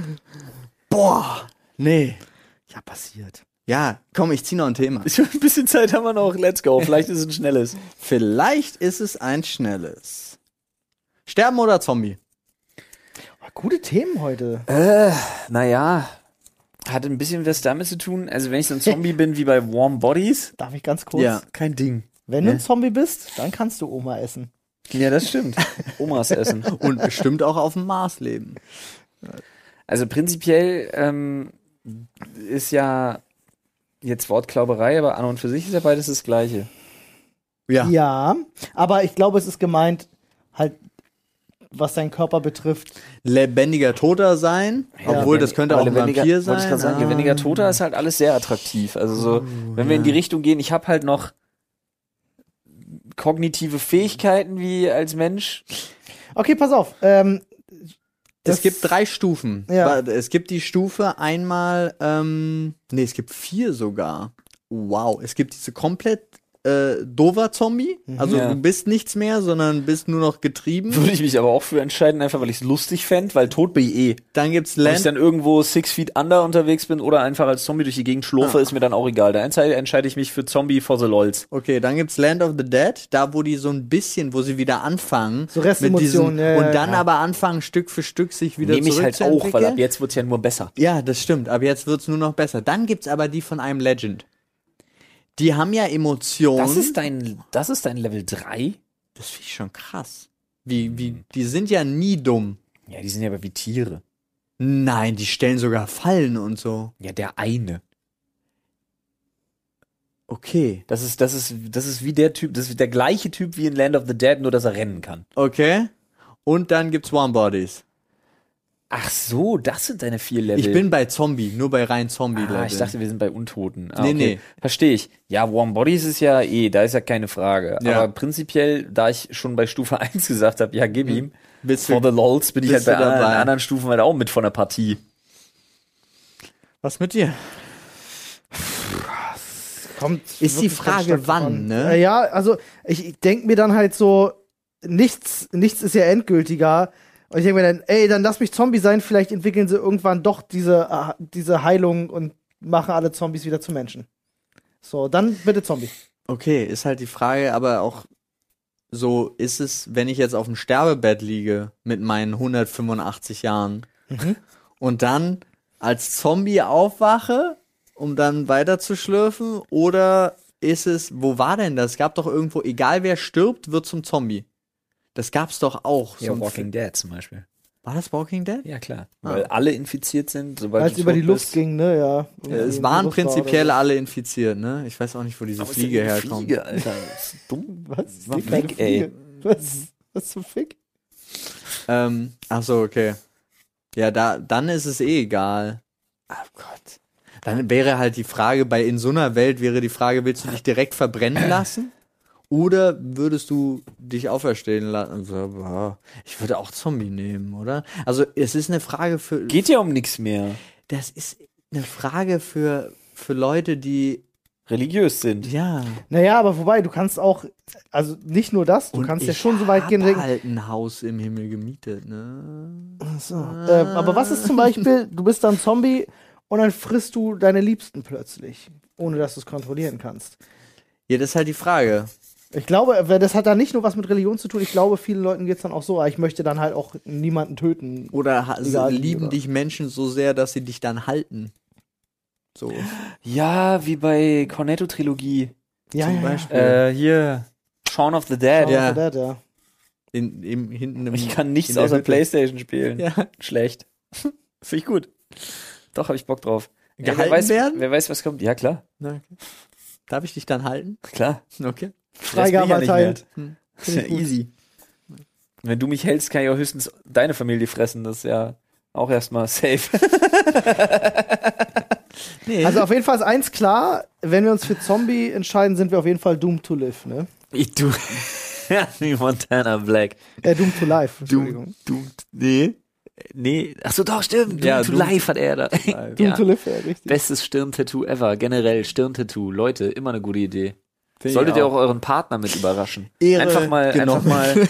boah, nee. Ja, passiert. Ja, komm, ich zieh noch ein Thema. ein bisschen Zeit haben wir noch. Let's go. Vielleicht ist es ein schnelles. Vielleicht ist es ein schnelles. Sterben oder Zombie? Oh, gute Themen heute. Äh, naja. Hat ein bisschen was damit zu tun. Also wenn ich so ein Zombie bin wie bei Warm Bodies, Darf ich ganz kurz? Ja. kein Ding. Wenn du Ne? ein Zombie bist, dann kannst du Oma essen. Ja, das stimmt. Omas essen. Und bestimmt auch auf dem Mars leben. Also prinzipiell ähm, ist ja jetzt Wortklauberei, aber an und für sich ist ja beides das Gleiche. Ja. Ja, aber ich glaube, es ist gemeint, halt, was deinen Körper betrifft. Lebendiger Toter sein, Ja. obwohl das könnte auch ein lebendiger, Vampir wollte sein. ich gerade sagen, Ah. lebendiger Toter ist halt alles sehr attraktiv. Also so, wenn wir in die Richtung gehen, ich habe halt noch kognitive Fähigkeiten wie als Mensch. Okay, pass auf. Ähm, Es das- gibt drei Stufen. Ja. Warte, Es gibt die Stufe einmal, ähm, nee, es gibt vier sogar. Wow, es gibt diese komplett äh, dover Zombie. Also Ja. du bist nichts mehr, sondern bist nur noch getrieben. Würde ich mich aber auch für entscheiden, einfach weil ich es lustig fände, weil tot bin ich eh. Dann gibt's Ob ich Land. dann irgendwo six feet under unterwegs bin oder einfach als Zombie durch die Gegend schlurfe, Ah. ist mir dann auch egal. Da entscheide, entscheide ich mich für Zombie for the lols. Okay, dann gibt's Land of the Dead, da wo die so ein bisschen, wo sie wieder anfangen. So Restemotionen, mit ja, ja, Und dann ja. aber anfangen, Stück für Stück sich wieder Nehme ich halt auch, weil ab zurückzuentwickeln. jetzt wird's ja nur besser. Ja, das stimmt. Aber jetzt wird's nur noch besser. Dann gibt's aber die von einem Legend. Die haben ja Emotionen. Das ist dein, das ist dein Level drei? Das finde ich schon krass. Wie, wie, die sind ja nie dumm. Ja, die sind ja aber wie Tiere. Nein, die stellen sogar Fallen und so. Ja, der eine. Okay. Das ist, das ist, das ist wie der Typ, das ist der gleiche Typ wie in Land of the Dead, nur dass er rennen kann. Okay. Und dann gibt's Warm Bodies. Ach so, das sind deine vier Level. Ich bin bei Zombie, nur bei rein Zombie-Level. Ah, ich dachte, wir sind bei Untoten. Ah, Nee, okay. nee. Verstehe ich. Ja, Warm Bodies ist ja eh, da ist ja keine Frage. Ja. Aber prinzipiell, da ich schon bei Stufe eins gesagt habe, ja, gib ihm. Bist For du, the lols bin ich halt bist bei du anderen, dabei? anderen Stufen halt auch mit von der Partie. was mit dir? Kommt kommt Ist die wirklich ganz Frage, stark wann, davon. ne? Ja, also ich denke mir dann halt so, nichts, nichts ist ja endgültiger. Und ich denke mir dann, ey, dann lass mich Zombie sein, vielleicht entwickeln sie irgendwann doch diese, äh, diese Heilung und machen alle Zombies wieder zu Menschen. So, dann bitte Zombie. Okay, ist halt die Frage, aber auch so ist es, wenn ich jetzt auf dem Sterbebett liege mit meinen hundertfünfundachtzig Jahren Mhm. und dann als Zombie aufwache, um dann weiter zu schlürfen, oder ist es, wo war denn das? Es gab doch irgendwo, egal wer stirbt, wird zum Zombie. Das gab's doch auch. Ja, so ein Walking Fi- Dead zum Beispiel. War das Walking Dead? Ja, klar. Ah. Weil alle infiziert sind, sobald Als du über die tot Luft bist. ging, ne, ja. Ja, es waren prinzipiell alle infiziert, ne? Ich weiß auch nicht, wo diese Aber ist Fliege ja eine herkommt. Fliege, Alter. Das ist dumm. Was? Mach Die kleine weg, ey. Fliege. Was? Was zum Fick? Ähm, ach so, okay. Ja, da, dann ist es eh egal. Ach Gott. Dann wäre halt die Frage, bei in so einer Welt wäre die Frage, willst du dich direkt verbrennen lassen? Oder würdest du dich auferstehen lassen? So, boah, ich würde auch Zombie nehmen, oder? Also, es ist eine Frage für, Geht ja um nichts mehr. das ist eine Frage für, für Leute, die, Religiös sind. ja. Naja, aber wobei, du kannst auch, also nicht nur das, du Und kannst ja ich schon so weit gehen und hab denken, halt ein Haus im Himmel gemietet, ne? so. ähm, aber was ist zum Beispiel, du bist dann Zombie und dann frisst du deine Liebsten plötzlich, ohne dass du es kontrollieren kannst. Ja, das ist halt die Frage. Ich glaube, weil das hat dann nicht nur was mit Religion zu tun, ich glaube, vielen Leuten geht es dann auch so, ah, ich möchte dann halt auch niemanden töten. Oder ha- Egal wie, lieben oder? dich Menschen so sehr, dass sie dich dann halten. So. Ja, wie bei Cornetto-Trilogie. Ja, Zum ja, ja. Beispiel. Äh, hier. Shaun of the Dead. Shaun Ja. of the Dead, ja. In, im, hinten im, Ich kann nichts in der außer Hütte. Playstation spielen. Ja. Schlecht. Finde ich gut. Doch, habe ich Bock drauf. Ey, Gehalten wer weiß, werden? Wer weiß, was kommt. Ja, klar. Na, okay. Darf ich dich dann halten? Klar. Okay. Freigabe Das bin ich ja erteilt. nicht Hm. Das ist ja easy. Wenn du mich hältst, kann ich auch höchstens deine Familie fressen. Das ist ja auch erstmal safe. Nee. Also auf jeden Fall ist eins klar, wenn wir uns für Zombie entscheiden, sind wir auf jeden Fall doomed to live, ne? Ich du. Ja, wie Montana Black. Äh, doomed to life, Entschuldigung. Doomed. Nee. Nee. Achso, doch, stimmt. Doomed Ja, to Doomed- Life hat er da. Doomed Ja. to live, ja, richtig. Bestes Stirntattoo ever. Generell Stirntattoo. Leute, immer eine gute Idee. Find ich Solltet ihr auch euren Partner mit überraschen. Ehre einfach mal, einfach genommen. mal,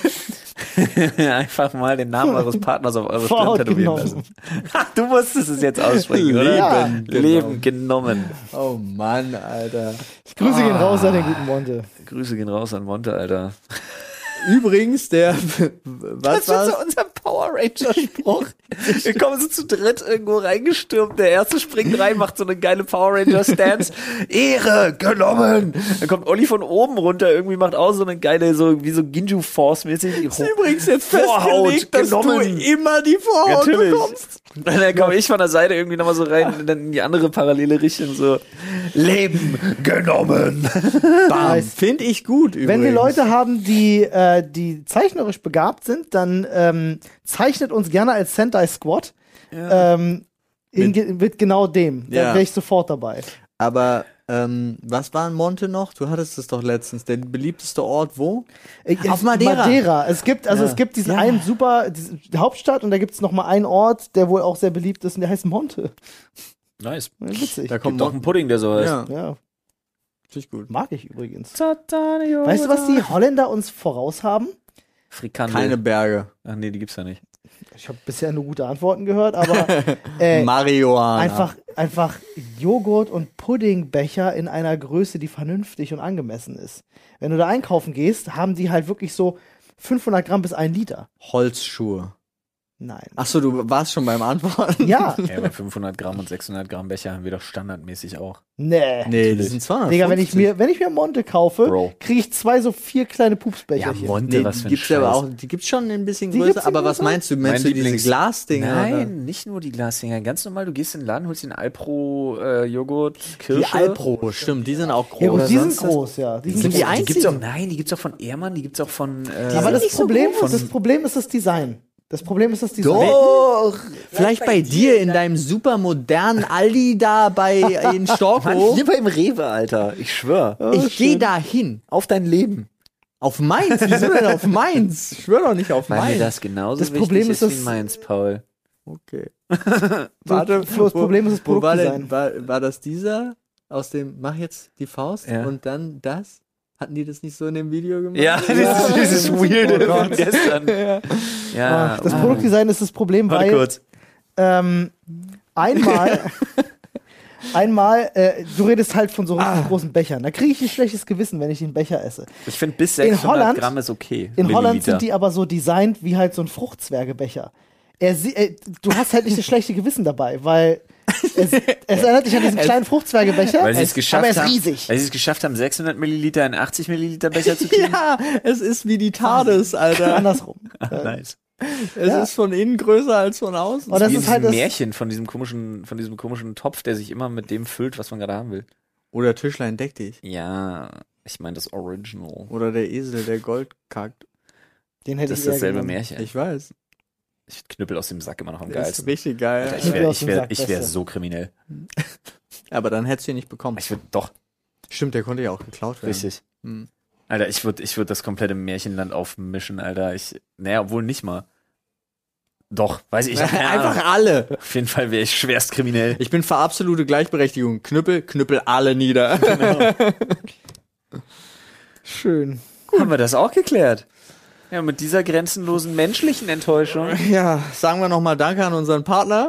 einfach mal den Namen eures Partners auf eure Stirn Vorhaut tätowieren genommen. lassen. Du musstest es jetzt aussprechen, oder? Ja. Leben genommen. Oh Mann, Alter. Grüße gehen raus Ah. an den guten Monte. Grüße gehen raus an Monte, Alter. Übrigens, der, was Das wird war's? so unser Power Ranger-Spruch. Wir kommen so zu dritt irgendwo reingestürmt. Der erste springt rein, macht so eine geile Power Ranger-Stance. Ehre genommen. Dann kommt Olli von oben runter, irgendwie macht auch so eine geile, so wie so Ginju Force-mäßig. Ist übrigens jetzt Vorhaut festgelegt, dass genommen. du immer die Vorhaut Natürlich. bekommst. Und dann komme ich von der Seite irgendwie nochmal so rein und dann in die andere parallele Richtung so Leben genommen. Bam. Nice. Finde ich gut übrigens. Wenn wir Leute haben, die, äh, die zeichnerisch begabt sind, dann ähm, zeichnet uns gerne als Sentai Squad ähm, in, ge- mit genau dem. Da Ja. wäre ich sofort dabei. Aber, ähm, was war in Monte noch? Du hattest es doch letztens. Der beliebteste Ort wo? Äh, Auf Madeira. Madeira. Es gibt, also Ja. es gibt diesen Ja. einen super, diese Hauptstadt und da gibt es noch mal einen Ort, der wohl auch sehr beliebt ist und der heißt Monte. Nice. Ja, witzig. Da kommt Gibt doch einen Pudding, der so heißt. Ja, Ja, finde ich gut. mag ich übrigens. Weißt Weißt du, was die Holländer uns voraus haben? Frikandel. Keine Berge. Ach nee, die gibt's ja nicht. Ich habe bisher nur gute Antworten gehört, aber äh, Marihuana. einfach, einfach Joghurt und Puddingbecher in einer Größe, die vernünftig und angemessen ist. Wenn du da einkaufen gehst, haben die halt wirklich so fünfhundert Gramm bis ein Liter. Holzschuhe. Nein. Achso, du warst schon beim Antworten? Ja, Ja, aber fünfhundert Gramm und sechshundert Gramm Becher haben wir doch standardmäßig auch. nee. Nee, die sind zweihundertfünfzig. Digga, wenn ich mir, wenn ich mir Monte kaufe, Bro. kriege ich zwei so vier kleine Pupsbecherchen. Monte, Nee, was die für ein gibt's ja aber Scheiß. auch, die gibt's schon ein bisschen Die größer. gibt's in Aber was größer? meinst du? Meinst Mein du diese Lieblings- Glasdinger? oder? Nein, nicht nur die Glasdinger. Ganz normal, du gehst in den Laden, holst den Alpro äh, Joghurt, Die Kirsche. Alpro, stimmt, die sind auch groß. Ja gut, Oder die sind sonst was? groß, ja. Die Sind sind die groß. Die gibt's auch, einzigen? nein, die gibt's auch von Ehrmann, die gibt's auch von. Äh, Aber das nicht so Problem, groß. ist, das Problem ist das Design. Das Problem ist das Design. Doch! Vielleicht bei dir in deinem super modernen Aldi da bei in Mann, Storkow. hier beim Rewe, Alter. Ich schwör. Ich gehe da hin. Auf dein Leben. Auf Mainz? Wieso denn auf Mainz? Ich schwör doch nicht auf Weil mir Mainz. das genauso Das wichtig Problem ist, ist, wie dass- meins, Paul. Okay. Warte, das Problem ist das wo war, Produktdesign. denn, war, war das dieser? aus dem, mach jetzt die Faust Ja. und dann das? Hatten die das nicht so in dem Video gemacht? Ja, dieses, dieses Weirde Oh von Gott. gestern. Ja. Ja, Ach, das oh. Produktdesign ist das Problem, Warte weil kurz. ähm, einmal, einmal, äh, du redest halt von so richtig großen Bechern. Da kriege ich ein schlechtes Gewissen, wenn ich den Becher esse. Ich finde, bis In sechshundert Holland- Gramm ist okay. In Holland Milliliter. sind die aber so designt wie halt so ein Fruchtzwergebecher. Er, sie- äh, du hast halt nicht das schlechte Gewissen dabei, weil es, es erinnert dich an diesen kleinen Fruchtzwergebecher, Weil sie es geschafft aber er ist haben, riesig. Weil sie es geschafft haben, sechshundert Milliliter in achtzig Milliliter Becher zu kriegen. Ja, es ist wie die TARDIS, Alter. Andersrum. Nice. Es Ja. ist von innen größer als von außen. Und das Wie ist in halt diesem das, Märchen von diesem komischen, von diesem komischen Topf, der sich immer mit dem füllt, was man gerade haben will. Oder Tischlein deck dich. Ja, ich meine das Original. Oder der Esel, der Gold kackt. den hätte Das ich ist eher dasselbe genommen. Märchen. Ich weiß. Ich find Knüppel aus dem Sack immer noch am Der ist geilsten. richtig geil. Alter, ich Knüppel wäre aus ich dem wär, Sack, ich wär Beste. so kriminell. Aber dann hättest du ihn nicht bekommen. Ich würde doch, Stimmt, der konnte ja auch geklaut werden. richtig. Hm. Alter, ich würde ich würd das komplette Märchenland aufmischen, Alter. Ich, naja, obwohl nicht mal. Doch, weiß ich. Ich hab keine Ahnung. Einfach alle. Auf jeden Fall wäre ich schwerst kriminell. Ich bin für absolute Gleichberechtigung. Knüppel, knüppel alle nieder. Schön. Haben wir das auch geklärt? Ja, mit dieser grenzenlosen menschlichen Enttäuschung. Ja, sagen wir nochmal Danke an unseren Partner.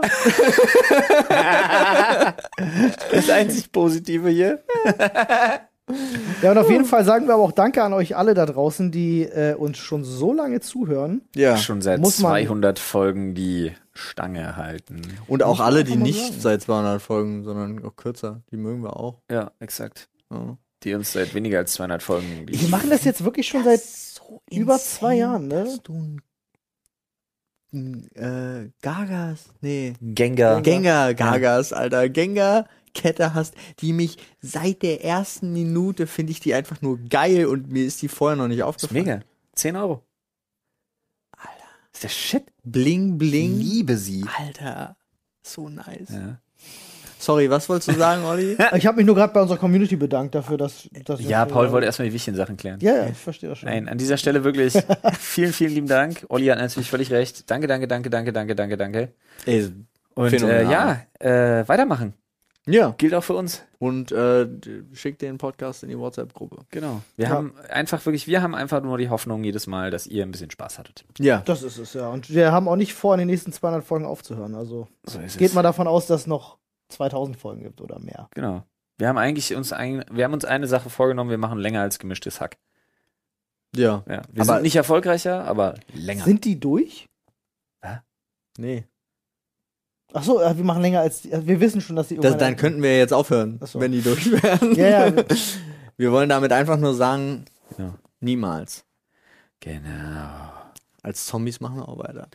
Das einzig Positive hier. Ja, und auf jeden Fall sagen wir aber auch Danke an euch alle da draußen, die äh, uns schon so lange zuhören. Ja. Schon seit Muss man- zweihundert Folgen die Stange halten. Und auch alle, die kann man nicht sagen. seit zweihundert Folgen, sondern auch kürzer. Die mögen wir auch. Ja, exakt. Ja. Die uns seit weniger als zweihundert Folgen. Die Wir machen das jetzt wirklich schon seit So über zwei Jahren, ne? dass du ein, äh, Gagas, nee, Gengar. Gengar Gagas, Alter, Gengar Kette hast, die mich seit der ersten Minute finde ich die einfach nur geil und mir ist die vorher noch nicht Das ist aufgefallen. mega. zehn Euro. Alter. Ist der Shit. Bling bling. Liebe sie. Alter, so nice. Ja, Sorry, was wolltest du sagen, Olli? Ich habe mich nur gerade bei unserer Community bedankt dafür, dass, dass ja Paul wollte erstmal die wichtigen Sachen klären. Ja, ja, ich verstehe das schon. Nein, an dieser Stelle wirklich vielen, vielen lieben Dank. Olli hat natürlich völlig recht. Danke, danke, danke, danke, danke, danke, danke. Ey, Und äh, phänomenal. ja, äh, weitermachen. Ja. Gilt auch für uns. Und äh, d- schickt den Podcast in die WhatsApp-Gruppe. Genau. Wir Ja. haben einfach wirklich, wir haben einfach nur die Hoffnung jedes Mal, dass ihr ein bisschen Spaß hattet. Ja. Das ist es, ja. Und wir haben auch nicht vor, in den nächsten zweihundert Folgen aufzuhören. Also So ist geht es. mal davon aus, dass es noch zweitausend Folgen gibt oder mehr. Genau. Wir haben eigentlich uns ein, wir haben uns eine Sache vorgenommen, wir machen länger als gemischtes Hack. Ja. Ja. Wir Aber- sind nicht erfolgreicher, aber länger. Sind die durch? Nee. Ach so, äh, wir machen länger als die, also wir wissen schon, dass die Das, irgendwann- dann könnten wir jetzt aufhören, Ach so. wenn die durch wären. Ja, ja. Wir wollen damit einfach nur sagen, Genau. niemals. Genau. Als Zombies machen wir auch weiter.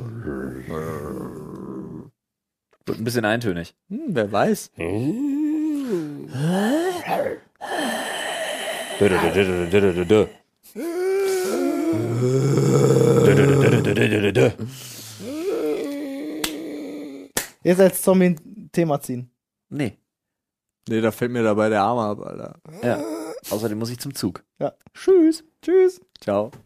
Wird ein bisschen eintönig. Hm, wer weiß. Jetzt als Zombie ein Thema ziehen. Nee. Nee, da fällt mir dabei der Arm ab, Alter. Ja. Außerdem muss ich zum Zug. Ja. Tschüss. Tschüss. Ciao.